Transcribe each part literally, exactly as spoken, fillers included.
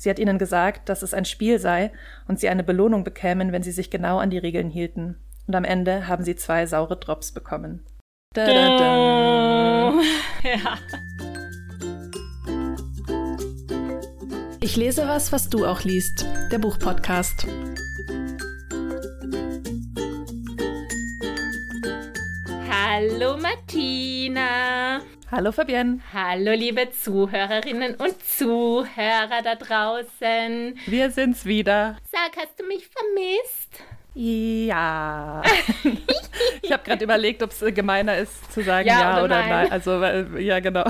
Sie hat ihnen gesagt, dass es ein Spiel sei und sie eine Belohnung bekämen, wenn sie sich genau an die Regeln hielten. Und am Ende haben sie zwei saure Drops bekommen. Da, da, da. Ja. Ich lese was, was du auch liest. Der Buchpodcast. Hallo Martina. Hallo Fabienne. Hallo liebe Zuhörerinnen und Zuhörer da draußen. Wir sind's wieder. Sag, hast du mich vermisst? Ja. Ich habe gerade überlegt, ob es gemeiner ist zu sagen ja, ja oder, oder nein. nein. Also, ja, genau.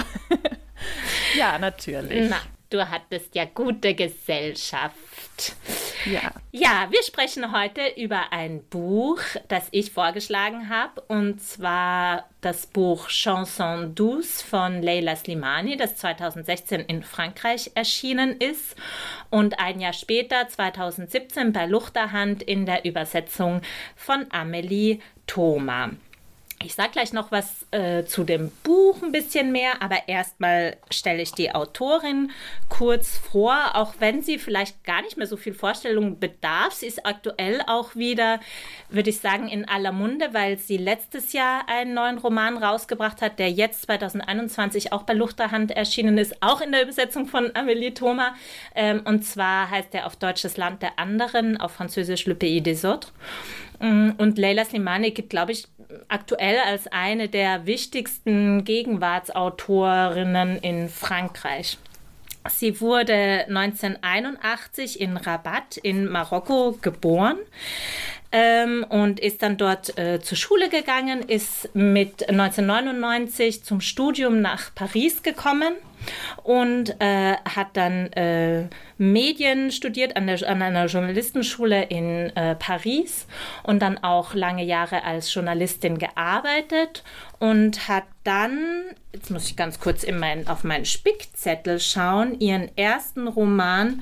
Ja, natürlich. Na, du hattest ja gute Gesellschaft. Ja. Ja, wir sprechen heute über ein Buch, das ich vorgeschlagen habe, und zwar das Buch Chanson douce von Leila Slimani, das zweitausendsechzehn in Frankreich erschienen ist und ein Jahr später, zweitausendsiebzehn, bei Luchterhand in der Übersetzung von Amélie Thoma. Ich sage gleich noch was äh, zu dem Buch ein bisschen mehr, aber erstmal stelle ich die Autorin kurz vor, auch wenn sie vielleicht gar nicht mehr so viel Vorstellung bedarf. Sie ist aktuell auch wieder, würde ich sagen, in aller Munde, weil sie letztes Jahr einen neuen Roman rausgebracht hat, der jetzt zweitausendeinundzwanzig auch bei Luchterhand erschienen ist, auch in der Übersetzung von Amélie Thoma. Ähm, und zwar heißt er auf Deutsch Das Land der Anderen, auf Französisch Le Pays des Autres. Und Leila Slimani gibt, glaube ich, aktuell als eine der wichtigsten Gegenwartsautorinnen in Frankreich. Sie wurde neunzehnhunderteinundachtzig in Rabat in Marokko geboren ähm, und ist dann dort äh, zur Schule gegangen, ist mit neunzehnhundertneunundneunzig zum Studium nach Paris gekommen und äh, hat dann äh, Medien studiert an, der, an einer Journalistenschule in äh, Paris und dann auch lange Jahre als Journalistin gearbeitet und hat dann, jetzt muss ich ganz kurz in mein, auf meinen Spickzettel schauen, ihren ersten Roman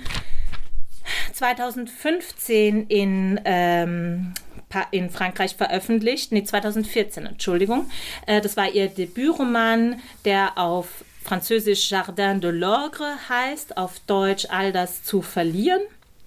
zweitausendfünfzehn in ähm, in Frankreich veröffentlicht, nee, zweitausendvierzehn, Entschuldigung. Äh, das war ihr Debütroman, der auf Französisch Jardin de l'Ogre heißt, auf Deutsch All das zu verlieren.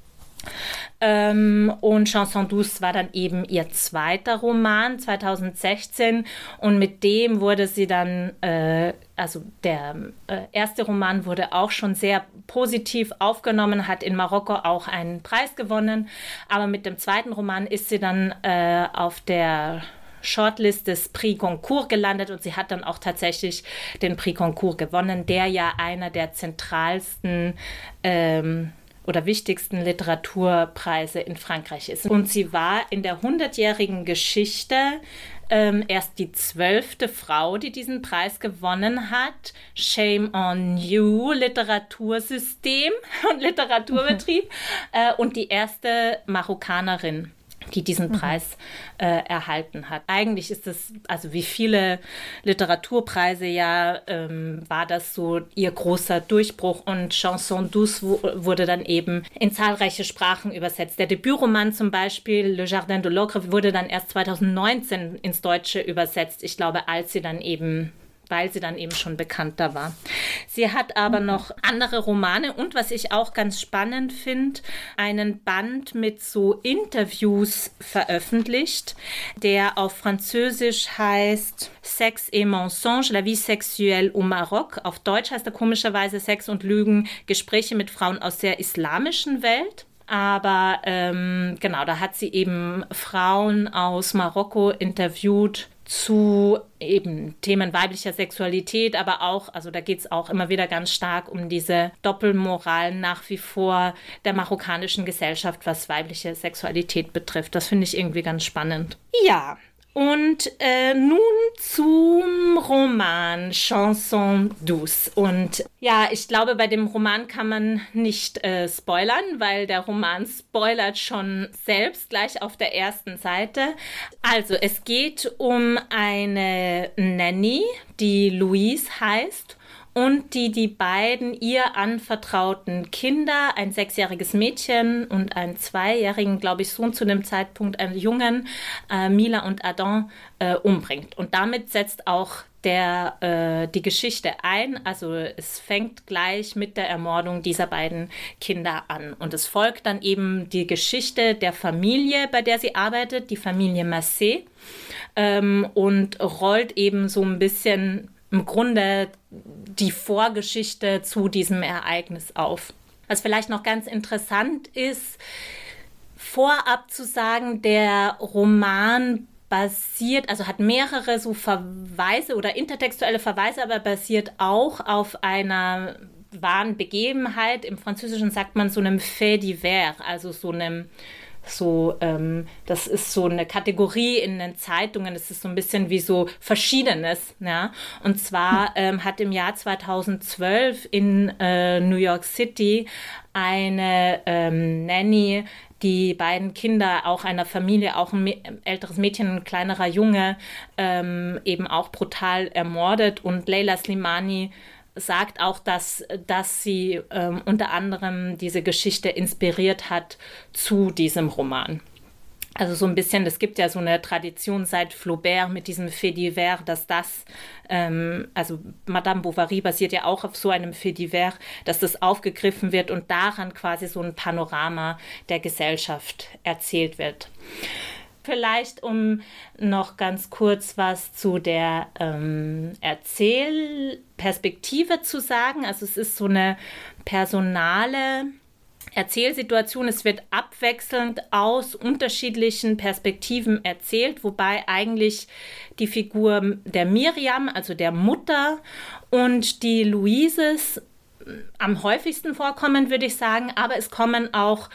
Ähm, und Chanson douce war dann eben ihr zweiter Roman, zweitausendsechzehn. Und mit dem wurde sie dann, äh, also der äh, erste Roman wurde auch schon sehr positiv aufgenommen, hat in Marokko auch einen Preis gewonnen. Aber mit dem zweiten Roman ist sie dann äh, auf der Shortlist des Prix Goncourt gelandet und sie hat dann auch tatsächlich den Prix Goncourt gewonnen, der ja einer der zentralsten ähm, oder wichtigsten Literaturpreise in Frankreich ist. Und sie war in der hundertjährigen Geschichte ähm, erst die zwölfte Frau, die diesen Preis gewonnen hat. Shame on you, Literatursystem und Literaturbetrieb. äh, und die erste Marokkanerin, die diesen Preis äh, erhalten hat. Eigentlich ist es, also wie viele Literaturpreise ja, ähm, war das so ihr großer Durchbruch und Chanson douce w- wurde dann eben in zahlreiche Sprachen übersetzt. Der Debütroman zum Beispiel, Le Jardin de l'Ogre, wurde dann erst zweitausendneunzehn ins Deutsche übersetzt. Ich glaube, als sie dann eben weil sie dann eben schon bekannter war. Sie hat aber noch andere Romane und, was ich auch ganz spannend finde, einen Band mit so Interviews veröffentlicht, der auf Französisch heißt Sex et Mensonge, la vie sexuelle au Maroc. Auf Deutsch heißt er komischerweise Sex und Lügen, Gespräche mit Frauen aus der islamischen Welt. Aber ähm, genau, da hat sie eben Frauen aus Marokko interviewt zu eben Themen weiblicher Sexualität, aber auch, also da geht es auch immer wieder ganz stark um diese Doppelmoral nach wie vor der marokkanischen Gesellschaft, was weibliche Sexualität betrifft. Das finde ich irgendwie ganz spannend. Ja, und äh, nun zum Roman Chanson douce. Und ja, ich glaube, bei dem Roman kann man nicht äh, spoilern, weil der Roman spoilert schon selbst gleich auf der ersten Seite. Also es geht um eine Nanny, die Louise heißt und die die beiden ihr anvertrauten Kinder, ein sechsjähriges Mädchen und einen zweijährigen, glaube ich, Sohn zu dem Zeitpunkt, einen Jungen, äh, Mila und Adam, äh, umbringt. Und damit setzt auch der, äh, die Geschichte ein. Also es fängt gleich mit der Ermordung dieser beiden Kinder an. Und es folgt dann eben die Geschichte der Familie, bei der sie arbeitet, die Familie Massé, ähm, und rollt eben so ein bisschen im Grunde die Vorgeschichte zu diesem Ereignis auf. Was vielleicht noch ganz interessant ist, vorab zu sagen, der Roman basiert, also hat mehrere so Verweise oder intertextuelle Verweise, aber basiert auch auf einer wahren Begebenheit. Im Französischen sagt man so einem fait divers, also so einem So, ähm, das ist so eine Kategorie in den Zeitungen, das ist so ein bisschen wie so Verschiedenes, ja. Und zwar ähm, hat im Jahr zweitausendzwölf in äh, New York City eine ähm, Nanny die beiden Kinder auch einer Familie, auch ein älteres Mädchen, ein kleinerer Junge, ähm, eben auch brutal ermordet. Und Leila Slimani sagt auch, dass, dass sie ähm, unter anderem diese Geschichte inspiriert hat zu diesem Roman. Also so ein bisschen, es gibt ja so eine Tradition seit Flaubert mit diesem fait divers, dass das, ähm, also Madame Bovary basiert ja auch auf so einem fait divers, dass das aufgegriffen wird und daran quasi so ein Panorama der Gesellschaft erzählt wird. Vielleicht, um noch ganz kurz was zu der ähm, Erzählperspektive zu sagen. Also es ist so eine personale Erzählsituation. Es wird abwechselnd aus unterschiedlichen Perspektiven erzählt, wobei eigentlich die Figur der Miriam, also der Mutter, und die Louises am häufigsten vorkommen, würde ich sagen. Aber es kommen auch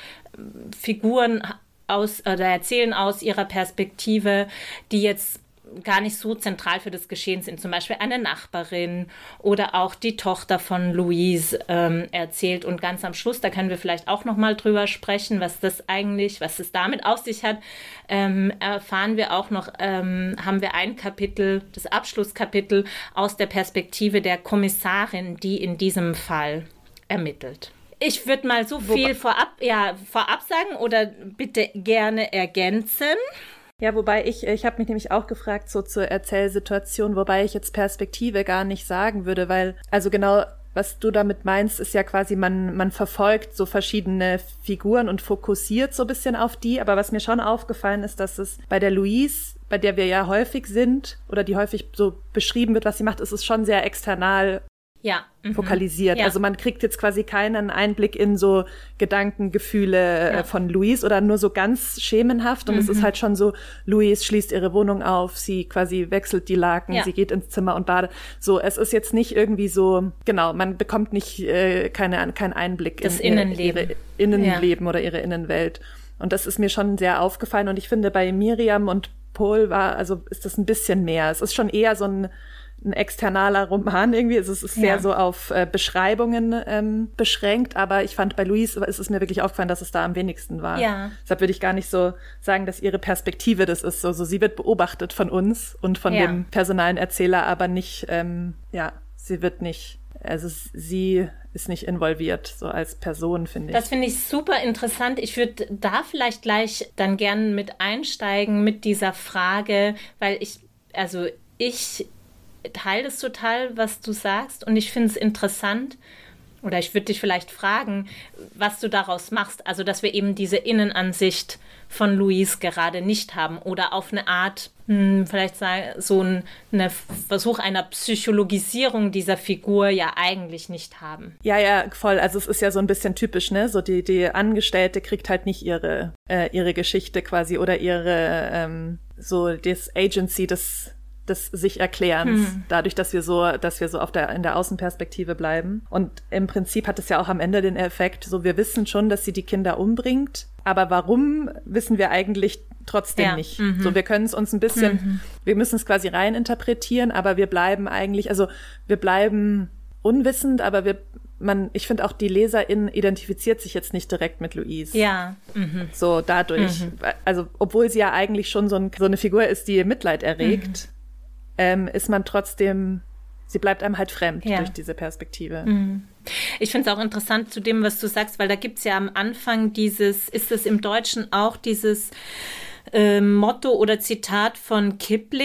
Figuren aus oder erzählen aus ihrer Perspektive, die jetzt gar nicht so zentral für das Geschehen sind. Zum Beispiel eine Nachbarin oder auch die Tochter von Louise ähm, erzählt. Und ganz am Schluss, da können wir vielleicht auch noch mal drüber sprechen, was das eigentlich, was es damit auf sich hat, ähm, erfahren wir auch noch, ähm, haben wir ein Kapitel, das Abschlusskapitel aus der Perspektive der Kommissarin, die in diesem Fall ermittelt. Ich würde mal so viel Wobei, vorab, ja, vorab sagen oder bitte gerne ergänzen. Ja, wobei ich, ich habe mich nämlich auch gefragt, so zur Erzählsituation, wobei ich jetzt Perspektive gar nicht sagen würde, weil, also genau, was du damit meinst, ist ja quasi, man, man verfolgt so verschiedene Figuren und fokussiert so ein bisschen auf die, aber was mir schon aufgefallen ist, dass es bei der Louise, bei der wir ja häufig sind oder die häufig so beschrieben wird, was sie macht, ist es schon sehr external Ja. Mhm. fokalisiert. Ja. Also man kriegt jetzt quasi keinen Einblick in so Gedanken, Gefühle Ja. äh, von Louise oder nur so ganz schemenhaft. Und Mhm. es ist halt schon so, Louise schließt ihre Wohnung auf, sie quasi wechselt die Laken, Ja. sie geht ins Zimmer und badet. So, es ist jetzt nicht irgendwie so, genau, man bekommt nicht äh, keine, keinen Einblick Das in Innenleben. ihre Innenleben ja. oder ihre Innenwelt. Und das ist mir schon sehr aufgefallen. Und ich finde, bei Miriam und Paul war, also ist das ein bisschen mehr. Es ist schon eher so ein ein externaler Roman irgendwie. Es ist sehr ja. so auf äh, Beschreibungen ähm, beschränkt, aber ich fand, bei Louise ist es mir wirklich aufgefallen, dass es da am wenigsten war. Ja. Deshalb würde ich gar nicht so sagen, dass ihre Perspektive das ist. So, so sie wird beobachtet von uns und von ja. dem personalen Erzähler, aber nicht, ähm, ja, sie wird nicht, also sie ist nicht involviert, so als Person, finde ich. Das finde ich super interessant. Ich würde da vielleicht gleich dann gerne mit einsteigen mit dieser Frage, weil ich, also ich teile das total, was du sagst, und ich finde es interessant, oder ich würde dich vielleicht fragen, was du daraus machst, also dass wir eben diese Innenansicht von Louise gerade nicht haben oder auf eine Art, mh, vielleicht sagen, so ein eine Versuch einer Psychologisierung dieser Figur ja eigentlich nicht haben. Ja, ja, voll. Also es ist ja so ein bisschen typisch, ne? So die, die Angestellte kriegt halt nicht ihre, äh, ihre Geschichte quasi oder ihre, ähm, so das Agency des des sich Erklärens, hm. dadurch, dass wir so, dass wir so auf der, in der Außenperspektive bleiben. Und im Prinzip hat es ja auch am Ende den Effekt, so wir wissen schon, dass sie die Kinder umbringt, aber warum, wissen wir eigentlich trotzdem ja. nicht. Mhm. So, wir können es uns ein bisschen, mhm. wir müssen es quasi rein interpretieren, aber wir bleiben eigentlich, also wir bleiben unwissend, aber wir, man, ich finde auch, die Leserin identifiziert sich jetzt nicht direkt mit Louise. Ja. Mhm. So dadurch, mhm. also obwohl sie ja eigentlich schon so, ein, so eine Figur ist, die Mitleid erregt, mhm. Ähm, ist man trotzdem, sie bleibt einem halt fremd ja. durch diese Perspektive. Mhm. Ich finde es auch interessant zu dem, was du sagst, weil da gibt es ja am Anfang dieses, ist es im Deutschen auch dieses äh, Motto oder Zitat von Kipling,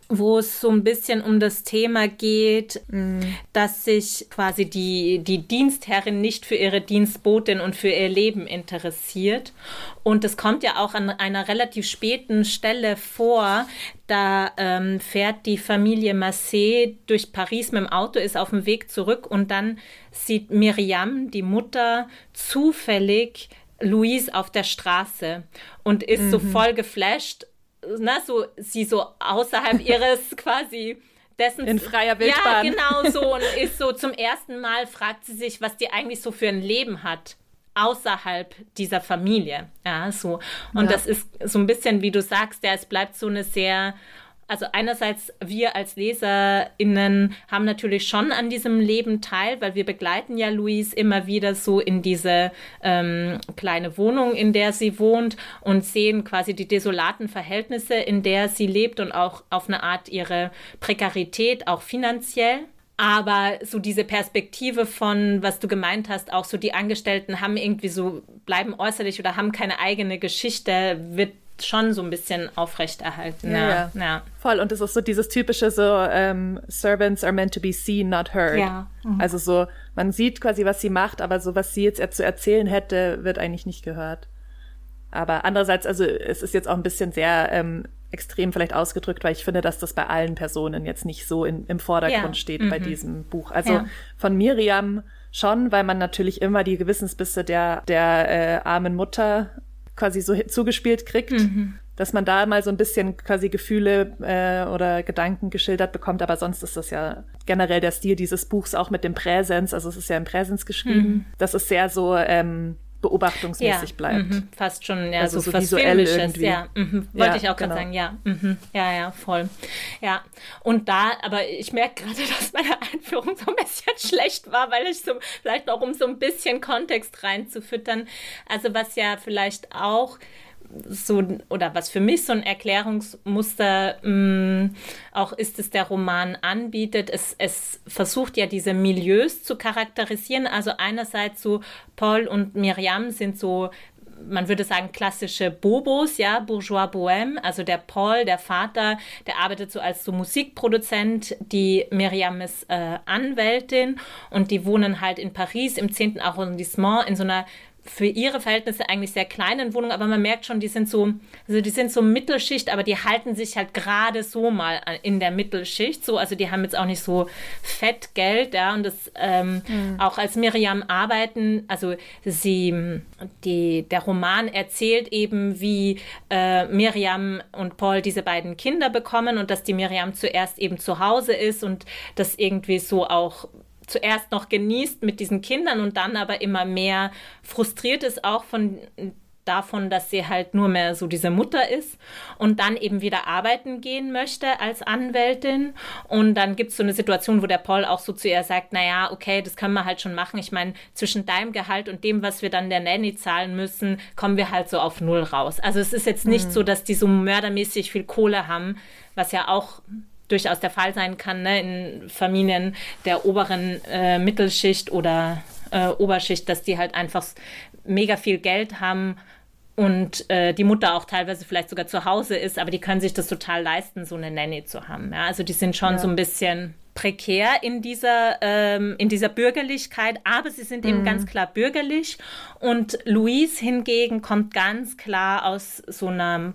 wo es so ein bisschen um das Thema geht, mm. dass sich quasi die, die Dienstherrin nicht für ihre Dienstbotin und für ihr Leben interessiert. Und das kommt ja auch an einer relativ späten Stelle vor. Da ähm, fährt die Familie Massé durch Paris mit dem Auto, ist auf dem Weg zurück und dann sieht Miriam, die Mutter, zufällig Louise auf der Straße und ist mhm. so voll geflasht. Na, so, sie so außerhalb ihres quasi dessen... In freier Wildbahn. Ja, genau so. Und ist so zum ersten Mal, fragt sie sich, was die eigentlich so für ein Leben hat, außerhalb dieser Familie. Ja, so. Und ja. das ist so ein bisschen, wie du sagst, ja, es bleibt so eine sehr... Also einerseits, wir als LeserInnen haben natürlich schon an diesem Leben teil, weil wir begleiten ja Louise immer wieder so in diese ähm, kleine Wohnung, in der sie wohnt und sehen quasi die desolaten Verhältnisse, in der sie lebt und auch auf eine Art ihre Prekarität, auch finanziell. Aber so diese Perspektive von, was du gemeint hast, auch so die Angestellten haben irgendwie so, bleiben äußerlich oder haben keine eigene Geschichte, wird schon so ein bisschen aufrechterhalten. Ja, ja. ja. ja. Voll. Und das ist so dieses typische so, ähm, Servants are meant to be seen, not heard. Ja. Mhm. Also so, man sieht quasi, was sie macht, aber so, was sie jetzt zu erzählen hätte, wird eigentlich nicht gehört. Aber andererseits, also es ist jetzt auch ein bisschen sehr ähm, extrem vielleicht ausgedrückt, weil ich finde, dass das bei allen Personen jetzt nicht so in, im Vordergrund ja. steht mhm. bei diesem Buch. Also ja. von Miriam schon, weil man natürlich immer die Gewissensbisse der, der äh, armen Mutter quasi so zugespielt kriegt, mhm. dass man da mal so ein bisschen quasi Gefühle äh, oder Gedanken geschildert bekommt, aber sonst ist das ja generell der Stil dieses Buchs auch mit dem Präsens, also es ist ja im Präsens geschrieben, mhm. dass es sehr so ähm, beobachtungsmäßig ja, bleibt. Mhm, fast schon, ja, also so, so fast visuell Filmisches, irgendwie. Ja, mhm, wollte ja, ich auch gerade genau. sagen, ja, mhm, ja, ja, voll. Ja, und da, aber ich merke gerade, dass meine Einführung so ein bisschen schlecht war, weil ich so, vielleicht auch um so ein bisschen Kontext reinzufüttern, also was ja vielleicht auch so, oder was für mich so ein Erklärungsmuster mh, auch ist, es der Roman anbietet. Es, es versucht ja diese Milieus zu charakterisieren. Also einerseits so Paul und Miriam sind so, man würde sagen, klassische Bobos, ja, Bourgeois Bohème. Also der Paul, der Vater, der arbeitet so als so Musikproduzent. Die Miriam ist äh, Anwältin und die wohnen halt in Paris im zehnten Arrondissement in so einer für ihre Verhältnisse eigentlich sehr kleinen Wohnung, aber man merkt schon, die sind so, also die sind so Mittelschicht, aber die halten sich halt gerade so mal in der Mittelschicht, so, also die haben jetzt auch nicht so fett Geld, ja, und das ähm, mhm. auch als Miriam arbeiten, also sie, die, der Roman erzählt eben, wie äh, Miriam und Paul diese beiden Kinder bekommen und dass die Miriam zuerst eben zu Hause ist und das irgendwie so auch zuerst noch genießt mit diesen Kindern und dann aber immer mehr frustriert ist auch von davon, dass sie halt nur mehr so diese Mutter ist und dann eben wieder arbeiten gehen möchte als Anwältin. Und dann gibt es so eine Situation, wo der Paul auch so zu ihr sagt, naja, okay, das können wir halt schon machen. Ich meine, zwischen deinem Gehalt und dem, was wir dann der Nanny zahlen müssen, kommen wir halt so auf Null raus. Also es ist jetzt nicht mhm. so, dass die so mördermäßig viel Kohle haben, was ja auch durchaus der Fall sein kann, ne, in Familien der oberen äh, Mittelschicht oder äh, Oberschicht, dass die halt einfach mega viel Geld haben und äh, die Mutter auch teilweise vielleicht sogar zu Hause ist, aber die können sich das total leisten, so eine Nanny zu haben. Ja? Also die sind schon ja. so ein bisschen prekär in dieser, ähm, in dieser Bürgerlichkeit, aber sie sind mhm. eben ganz klar bürgerlich. Und Louise hingegen kommt ganz klar aus so einer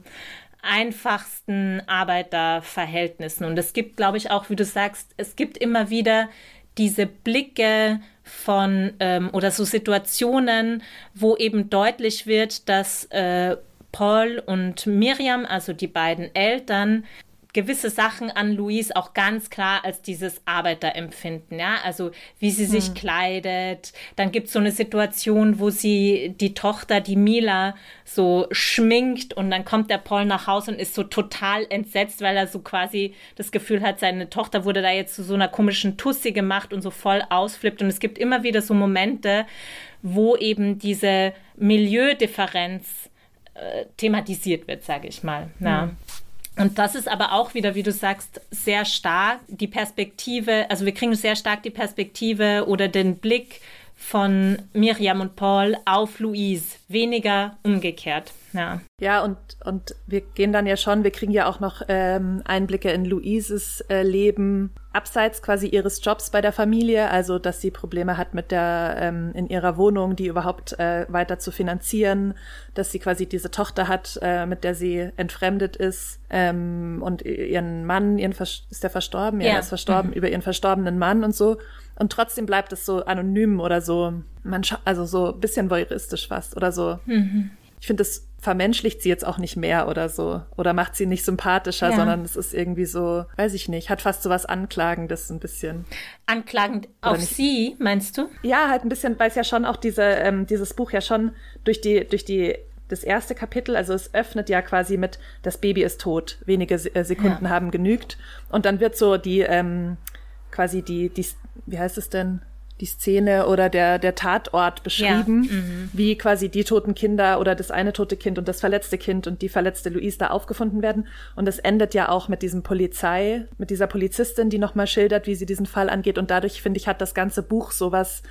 einfachsten Arbeiterverhältnissen. Und es gibt, glaube ich, auch, wie du sagst, es gibt immer wieder diese Blicke von ähm, oder so Situationen, wo eben deutlich wird, dass äh, Paul und Miriam, also die beiden Eltern, gewisse Sachen an Louise auch ganz klar als dieses Arbeiterempfinden, ja, also wie sie sich hm. kleidet. Dann gibt es so eine Situation, wo sie die Tochter, die Mila, so schminkt und dann kommt der Paul nach Hause und ist so total entsetzt, weil er so quasi das Gefühl hat, seine Tochter wurde da jetzt zu so einer komischen Tussi gemacht und so voll ausflippt. Und es gibt immer wieder so Momente, wo eben diese Milieudifferenz äh, thematisiert wird, sage ich mal. Ja. Hm. Und das ist aber auch wieder, wie du sagst, sehr stark die Perspektive, also wir kriegen sehr stark die Perspektive oder den Blick von Miriam und Paul auf Louise, weniger umgekehrt. Ja, ja und, und wir gehen dann ja schon, wir kriegen ja auch noch ähm, Einblicke in Louises äh, Leben, abseits quasi ihres Jobs bei der Familie, also dass sie Probleme hat mit der, ähm, in ihrer Wohnung, die überhaupt äh, weiter zu finanzieren, dass sie quasi diese Tochter hat, äh, mit der sie entfremdet ist, ähm, und ihren Mann, ihren Vers- ist der verstorben? Ja, ja. er ist verstorben, Mhm. über ihren verstorbenen Mann und so. Und trotzdem bleibt es so anonym oder so, man scha- also so ein bisschen voyeuristisch fast oder so. Mhm. Ich finde, das vermenschlicht sie jetzt auch nicht mehr oder so. Oder macht sie nicht sympathischer, Ja. sondern es ist irgendwie so, weiß ich nicht, hat fast so was Anklagendes ein bisschen. Anklagend auf nicht? sie, meinst du? Ja, halt ein bisschen, weil es ja schon auch diese, ähm, dieses Buch ja schon durch die, durch die, das erste Kapitel, also es öffnet ja quasi mit, das Baby ist tot, wenige Se- äh, Sekunden Ja. haben genügt. Und dann wird so die, ähm, quasi die, die, wie heißt es denn? Die Szene oder der, der Tatort beschrieben, Ja, mhm. wie quasi die toten Kinder oder das eine tote Kind und das verletzte Kind und die verletzte Louise da aufgefunden werden. Und es endet ja auch mit diesem Polizei, mit dieser Polizistin, die nochmal schildert, wie sie diesen Fall angeht. Und dadurch, finde ich, hat das ganze Buch sowas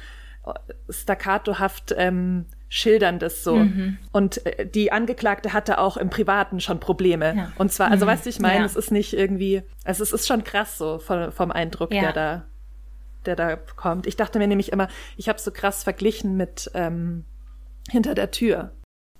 staccatohaft ähm, Schilderndes so. Mhm. Und äh, die Angeklagte hatte auch im Privaten schon Probleme. Ja. Und zwar, also Mhm. weißt du, ich meine, Ja. es ist nicht irgendwie, also es ist schon krass so vom, vom Eindruck, Ja. der da der da kommt. Ich dachte mir nämlich immer, ich habe so krass verglichen mit ähm, Hinter der Tür.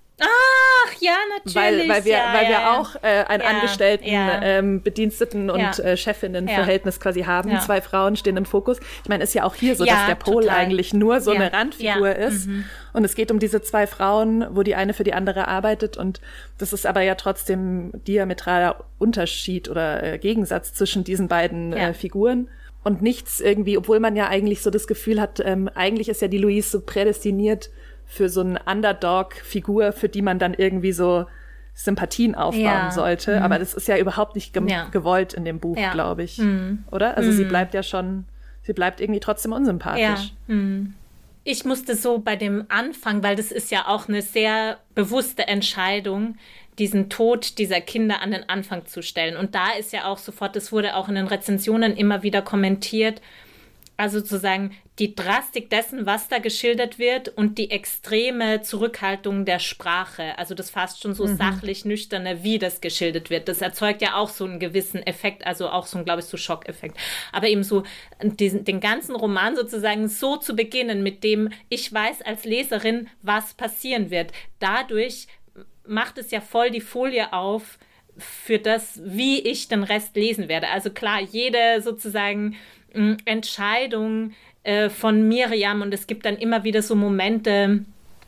Ach ja, natürlich. Weil, weil wir, ja, weil ja, wir ja. auch äh, ein Ja, Angestellten, ja. ähm, Bediensteten und Ja. äh, Chefinnen-Verhältnis quasi haben. Ja. Zwei Frauen stehen im Fokus. Ich meine, ist ja auch hier so, Ja, dass der Pol total. eigentlich nur so Ja. eine Randfigur Ja. ist. Mhm. Und es geht um diese zwei Frauen, wo die eine für die andere arbeitet. Und das ist aber ja trotzdem diametraler Unterschied oder äh, Gegensatz zwischen diesen beiden Ja. äh, Figuren. Und nichts irgendwie, obwohl man ja eigentlich so das Gefühl hat, ähm, eigentlich ist ja die Louise so prädestiniert für so eine Underdog-Figur, für die man dann irgendwie so Sympathien aufbauen Ja. sollte. Mhm. Aber das ist ja überhaupt nicht gem- Ja. gewollt in dem Buch, Ja. glaube ich. Mhm. Oder? Also sie Mhm. bleibt ja schon, sie bleibt irgendwie trotzdem unsympathisch. Ja. Hm. Ich musste so bei dem Anfang, weil das ist ja auch eine sehr bewusste Entscheidung, diesen Tod dieser Kinder an den Anfang zu stellen. Und da ist ja auch sofort, das wurde auch in den Rezensionen immer wieder kommentiert, also sozusagen die Drastik dessen, was da geschildert wird und die extreme Zurückhaltung der Sprache, also das fast schon so Mhm. sachlich nüchterne, wie das geschildert wird. Das erzeugt ja auch so einen gewissen Effekt, also auch so ein, glaube ich, so Schockeffekt. Aber eben so diesen, den ganzen Roman sozusagen so zu beginnen, mit dem ich weiß als Leserin, was passieren wird. Dadurch macht es ja voll die Folie auf für das, wie ich den Rest lesen werde. Also klar, jede sozusagen mh, Entscheidung äh, von Miriam, und es gibt dann immer wieder so Momente,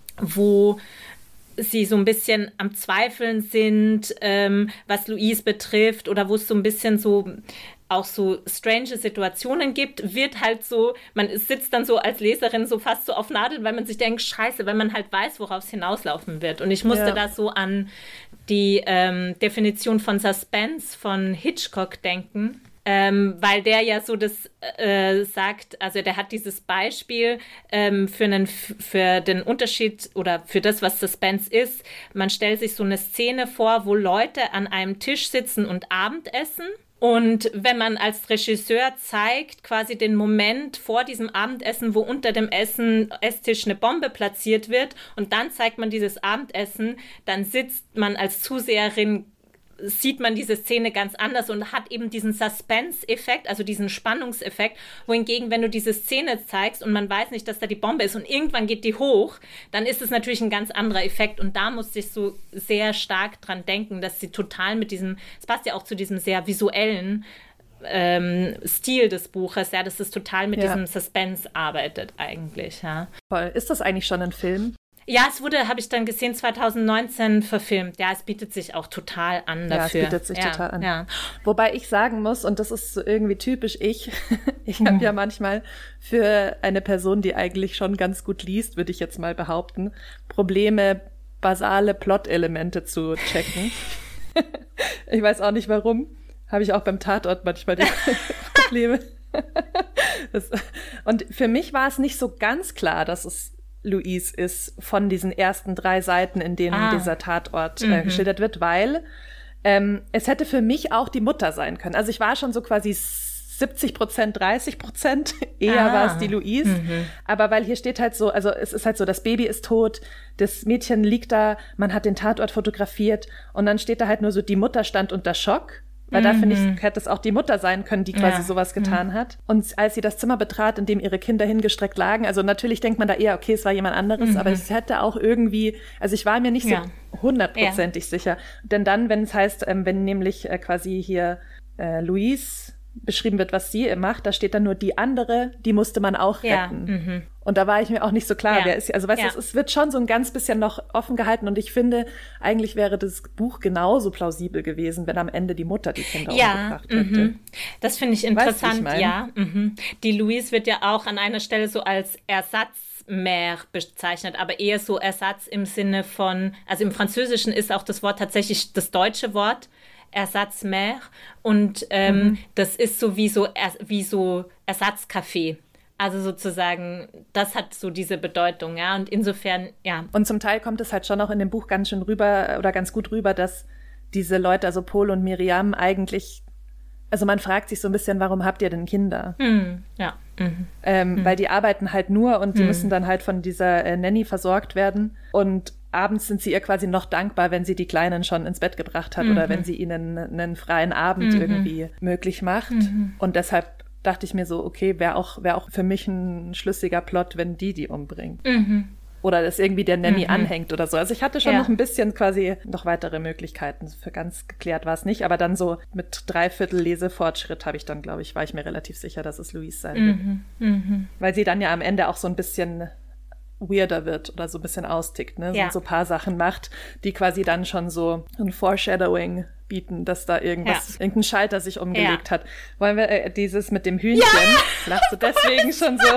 wo sie so ein bisschen am Zweifeln sind, ähm, was Louise betrifft, oder wo es so ein bisschen so auch so strange Situationen gibt, wird halt so, man sitzt dann so als Leserin so fast so auf Nadeln, weil man sich denkt, scheiße, weil man halt weiß, worauf es hinauslaufen wird. Und ich musste Ja. da so an die ähm, Definition von Suspense von Hitchcock denken, ähm, weil der ja so das äh, sagt, also der hat dieses Beispiel ähm, für, einen, für den Unterschied oder für das, was Suspense ist. Man stellt sich so eine Szene vor, wo Leute an einem Tisch sitzen und Abendessen. Und wenn man als Regisseur zeigt, quasi den Moment vor diesem Abendessen, wo unter dem Essen, Esstisch eine Bombe platziert wird, und dann zeigt man dieses Abendessen, dann sitzt man als Zuseherin, sieht man diese Szene ganz anders und hat eben diesen Suspense-Effekt, also diesen Spannungseffekt, wohingegen, wenn du diese Szene zeigst und man weiß nicht, dass da die Bombe ist und irgendwann geht die hoch, dann ist es natürlich ein ganz anderer Effekt, und da musste ich so sehr stark dran denken, dass sie total mit diesem, es passt ja auch zu diesem sehr visuellen ähm, Stil des Buches, ja, dass es total mit Ja. diesem Suspense arbeitet eigentlich, ja. Voll. Ist das eigentlich schon ein Film? Ja, es wurde, habe ich dann gesehen, zwanzig neunzehn verfilmt. Ja, es bietet sich auch total an Ja, es dafür. bietet sich ja, total an. Ja. Wobei ich sagen muss, und das ist so irgendwie typisch ich, ich habe ja manchmal für eine Person, die eigentlich schon ganz gut liest, würde ich jetzt mal behaupten, Probleme, basale Plot-Elemente zu checken. Ich weiß auch nicht warum. Habe ich auch beim Tatort manchmal die Probleme. Das, und für mich war es nicht so ganz klar, dass es Louise ist von diesen ersten drei Seiten, in denen Ah. dieser Tatort äh, Mhm. geschildert wird, weil ähm, es hätte für mich auch die Mutter sein können. Also ich war schon so quasi siebzig Prozent, dreißig Prozent. Eher Ah. war es die Louise. Mhm. Aber weil hier steht halt so, also es ist halt so, das Baby ist tot, das Mädchen liegt da, man hat den Tatort fotografiert und dann steht da halt nur so, die Mutter stand unter Schock. Weil da, finde ich, hätte es auch die Mutter sein können, die quasi Ja. sowas getan mhm. hat. Und als sie das Zimmer betrat, in dem ihre Kinder hingestreckt lagen, also natürlich denkt man da eher, okay, es war jemand anderes, mhm. aber es hätte auch irgendwie, also ich war mir nicht Ja. so hundertprozentig ja. sicher. Denn dann, wenn es heißt, ähm, wenn nämlich äh, quasi hier äh, Louise beschrieben wird, was sie macht, da steht dann nur die andere, die musste man auch Ja. retten. Mhm. Und da war ich mir auch nicht so klar, Ja. wer ist, also weißt Ja. du, es, es wird schon so ein ganz bisschen noch offen gehalten und ich finde, eigentlich wäre das Buch genauso plausibel gewesen, wenn am Ende die Mutter die Kinder Ja, umgebracht hätte. mhm. Das finde ich Weißt du, wie ich interessant, mein? ja. Mhm. Die Louise wird ja auch an einer Stelle so als Ersatzmère bezeichnet, aber eher so Ersatz im Sinne von, also im Französischen ist auch das Wort tatsächlich das deutsche Wort, Ersatzmère, und ähm, mhm. das ist so wie so, wie so Ersatzkaffee. Also sozusagen, das hat so diese Bedeutung, ja, und insofern, ja. Und zum Teil kommt es halt schon auch in dem Buch ganz schön rüber oder ganz gut rüber, dass diese Leute, also Paul und Miriam, eigentlich, also man fragt sich so ein bisschen, warum habt ihr denn Kinder? Hm, ja. Mhm. Ähm, mhm. Weil die arbeiten halt nur und die mhm. müssen dann halt von dieser äh, Nanny versorgt werden und abends sind sie ihr quasi noch dankbar, wenn sie die Kleinen schon ins Bett gebracht hat mhm. oder wenn sie ihnen einen freien Abend mhm. irgendwie möglich macht. Mhm. Und deshalb dachte ich mir so, okay, wäre auch, wär auch für mich ein schlüssiger Plot, wenn die die umbringt. Mhm. Oder das irgendwie der Nanny mhm. anhängt oder so. Also ich hatte schon ja. noch ein bisschen quasi noch weitere Möglichkeiten. Für ganz geklärt war es nicht, aber dann so mit Dreiviertel Lesefortschritt habe ich dann, glaube ich, war ich mir relativ sicher, dass es Louise sein wird. Mhm. Mhm. Weil sie dann ja am Ende auch so ein bisschen weirder wird oder so ein bisschen austickt, ne? Ja. So ein paar Sachen macht, die quasi dann schon so ein Foreshadowing bieten, dass da irgendwas, ja. irgendein Schalter sich umgelegt ja. hat. Wollen wir äh, dieses mit dem Hühnchen? Ja! Lachst du deswegen schon so?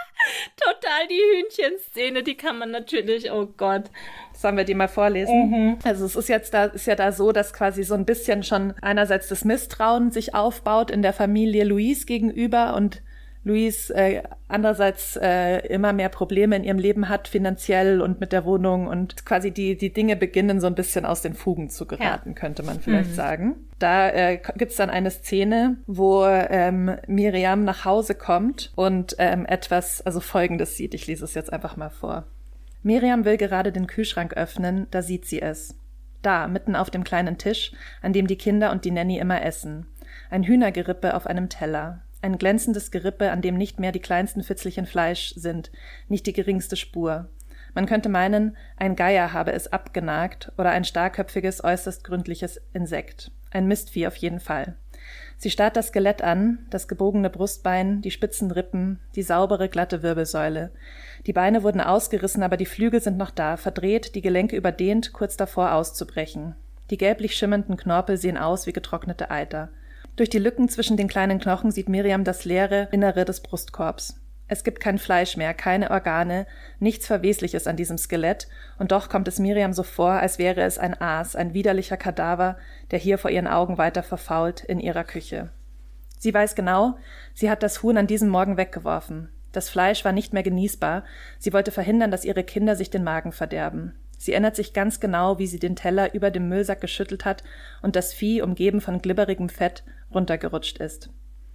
Total die Hühnchenszene, die kann man natürlich, oh Gott. Sollen wir die mal vorlesen? Mhm. Also es ist jetzt da, ist ja da so, dass quasi so ein bisschen schon einerseits das Misstrauen sich aufbaut in der Familie Louise gegenüber und Louise äh, andererseits äh, immer mehr Probleme in ihrem Leben hat, finanziell und mit der Wohnung und quasi die die Dinge beginnen so ein bisschen aus den Fugen zu geraten, ja. könnte man vielleicht mhm. sagen. Da äh, gibt's dann eine Szene, wo ähm, Miriam nach Hause kommt und ähm, etwas, also Folgendes sieht. Ich lese es jetzt einfach mal vor. Miriam will gerade den Kühlschrank öffnen, da sieht sie es. Da, mitten auf dem kleinen Tisch, an dem die Kinder und die Nanny immer essen. Ein Hühnergerippe auf einem Teller. Ein glänzendes Gerippe, an dem nicht mehr die kleinsten Fitzelchen Fleisch sind, nicht die geringste Spur. Man könnte meinen, ein Geier habe es abgenagt oder ein starrköpfiges, äußerst gründliches Insekt. Ein Mistvieh auf jeden Fall. Sie starrt das Skelett an, das gebogene Brustbein, die spitzen Rippen, die saubere, glatte Wirbelsäule. Die Beine wurden ausgerissen, aber die Flügel sind noch da, verdreht, die Gelenke überdehnt, kurz davor auszubrechen. Die gelblich schimmernden Knorpel sehen aus wie getrocknete Eiter. Durch die Lücken zwischen den kleinen Knochen sieht Miriam das leere Innere des Brustkorbs. Es gibt kein Fleisch mehr, keine Organe, nichts Verwesliches an diesem Skelett, und doch kommt es Miriam so vor, als wäre es ein Aas, ein widerlicher Kadaver, der hier vor ihren Augen weiter verfault in ihrer Küche. Sie weiß genau, sie hat das Huhn an diesem Morgen weggeworfen. Das Fleisch war nicht mehr genießbar, sie wollte verhindern, dass ihre Kinder sich den Magen verderben. Sie erinnert sich ganz genau, wie sie den Teller über dem Müllsack geschüttelt hat und das Vieh, umgeben von glibberigem Fett, runtergerutscht ist.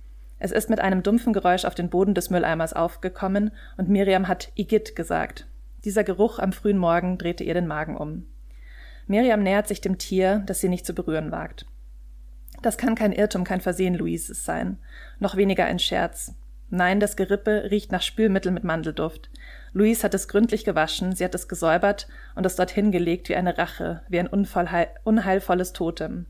Es ist mit einem dumpfen Geräusch auf den Boden des Mülleimers aufgekommen und Miriam hat Igitt gesagt. Dieser Geruch am frühen Morgen drehte ihr den Magen um. Miriam nähert sich dem Tier, das sie nicht zu berühren wagt. Das kann kein Irrtum, kein Versehen Louises sein, noch weniger ein Scherz. Nein, das Gerippe riecht nach Spülmittel mit Mandelduft. Louise hat es gründlich gewaschen, sie hat es gesäubert und es dorthin gelegt wie eine Rache, wie ein unheil- unheilvolles Totem.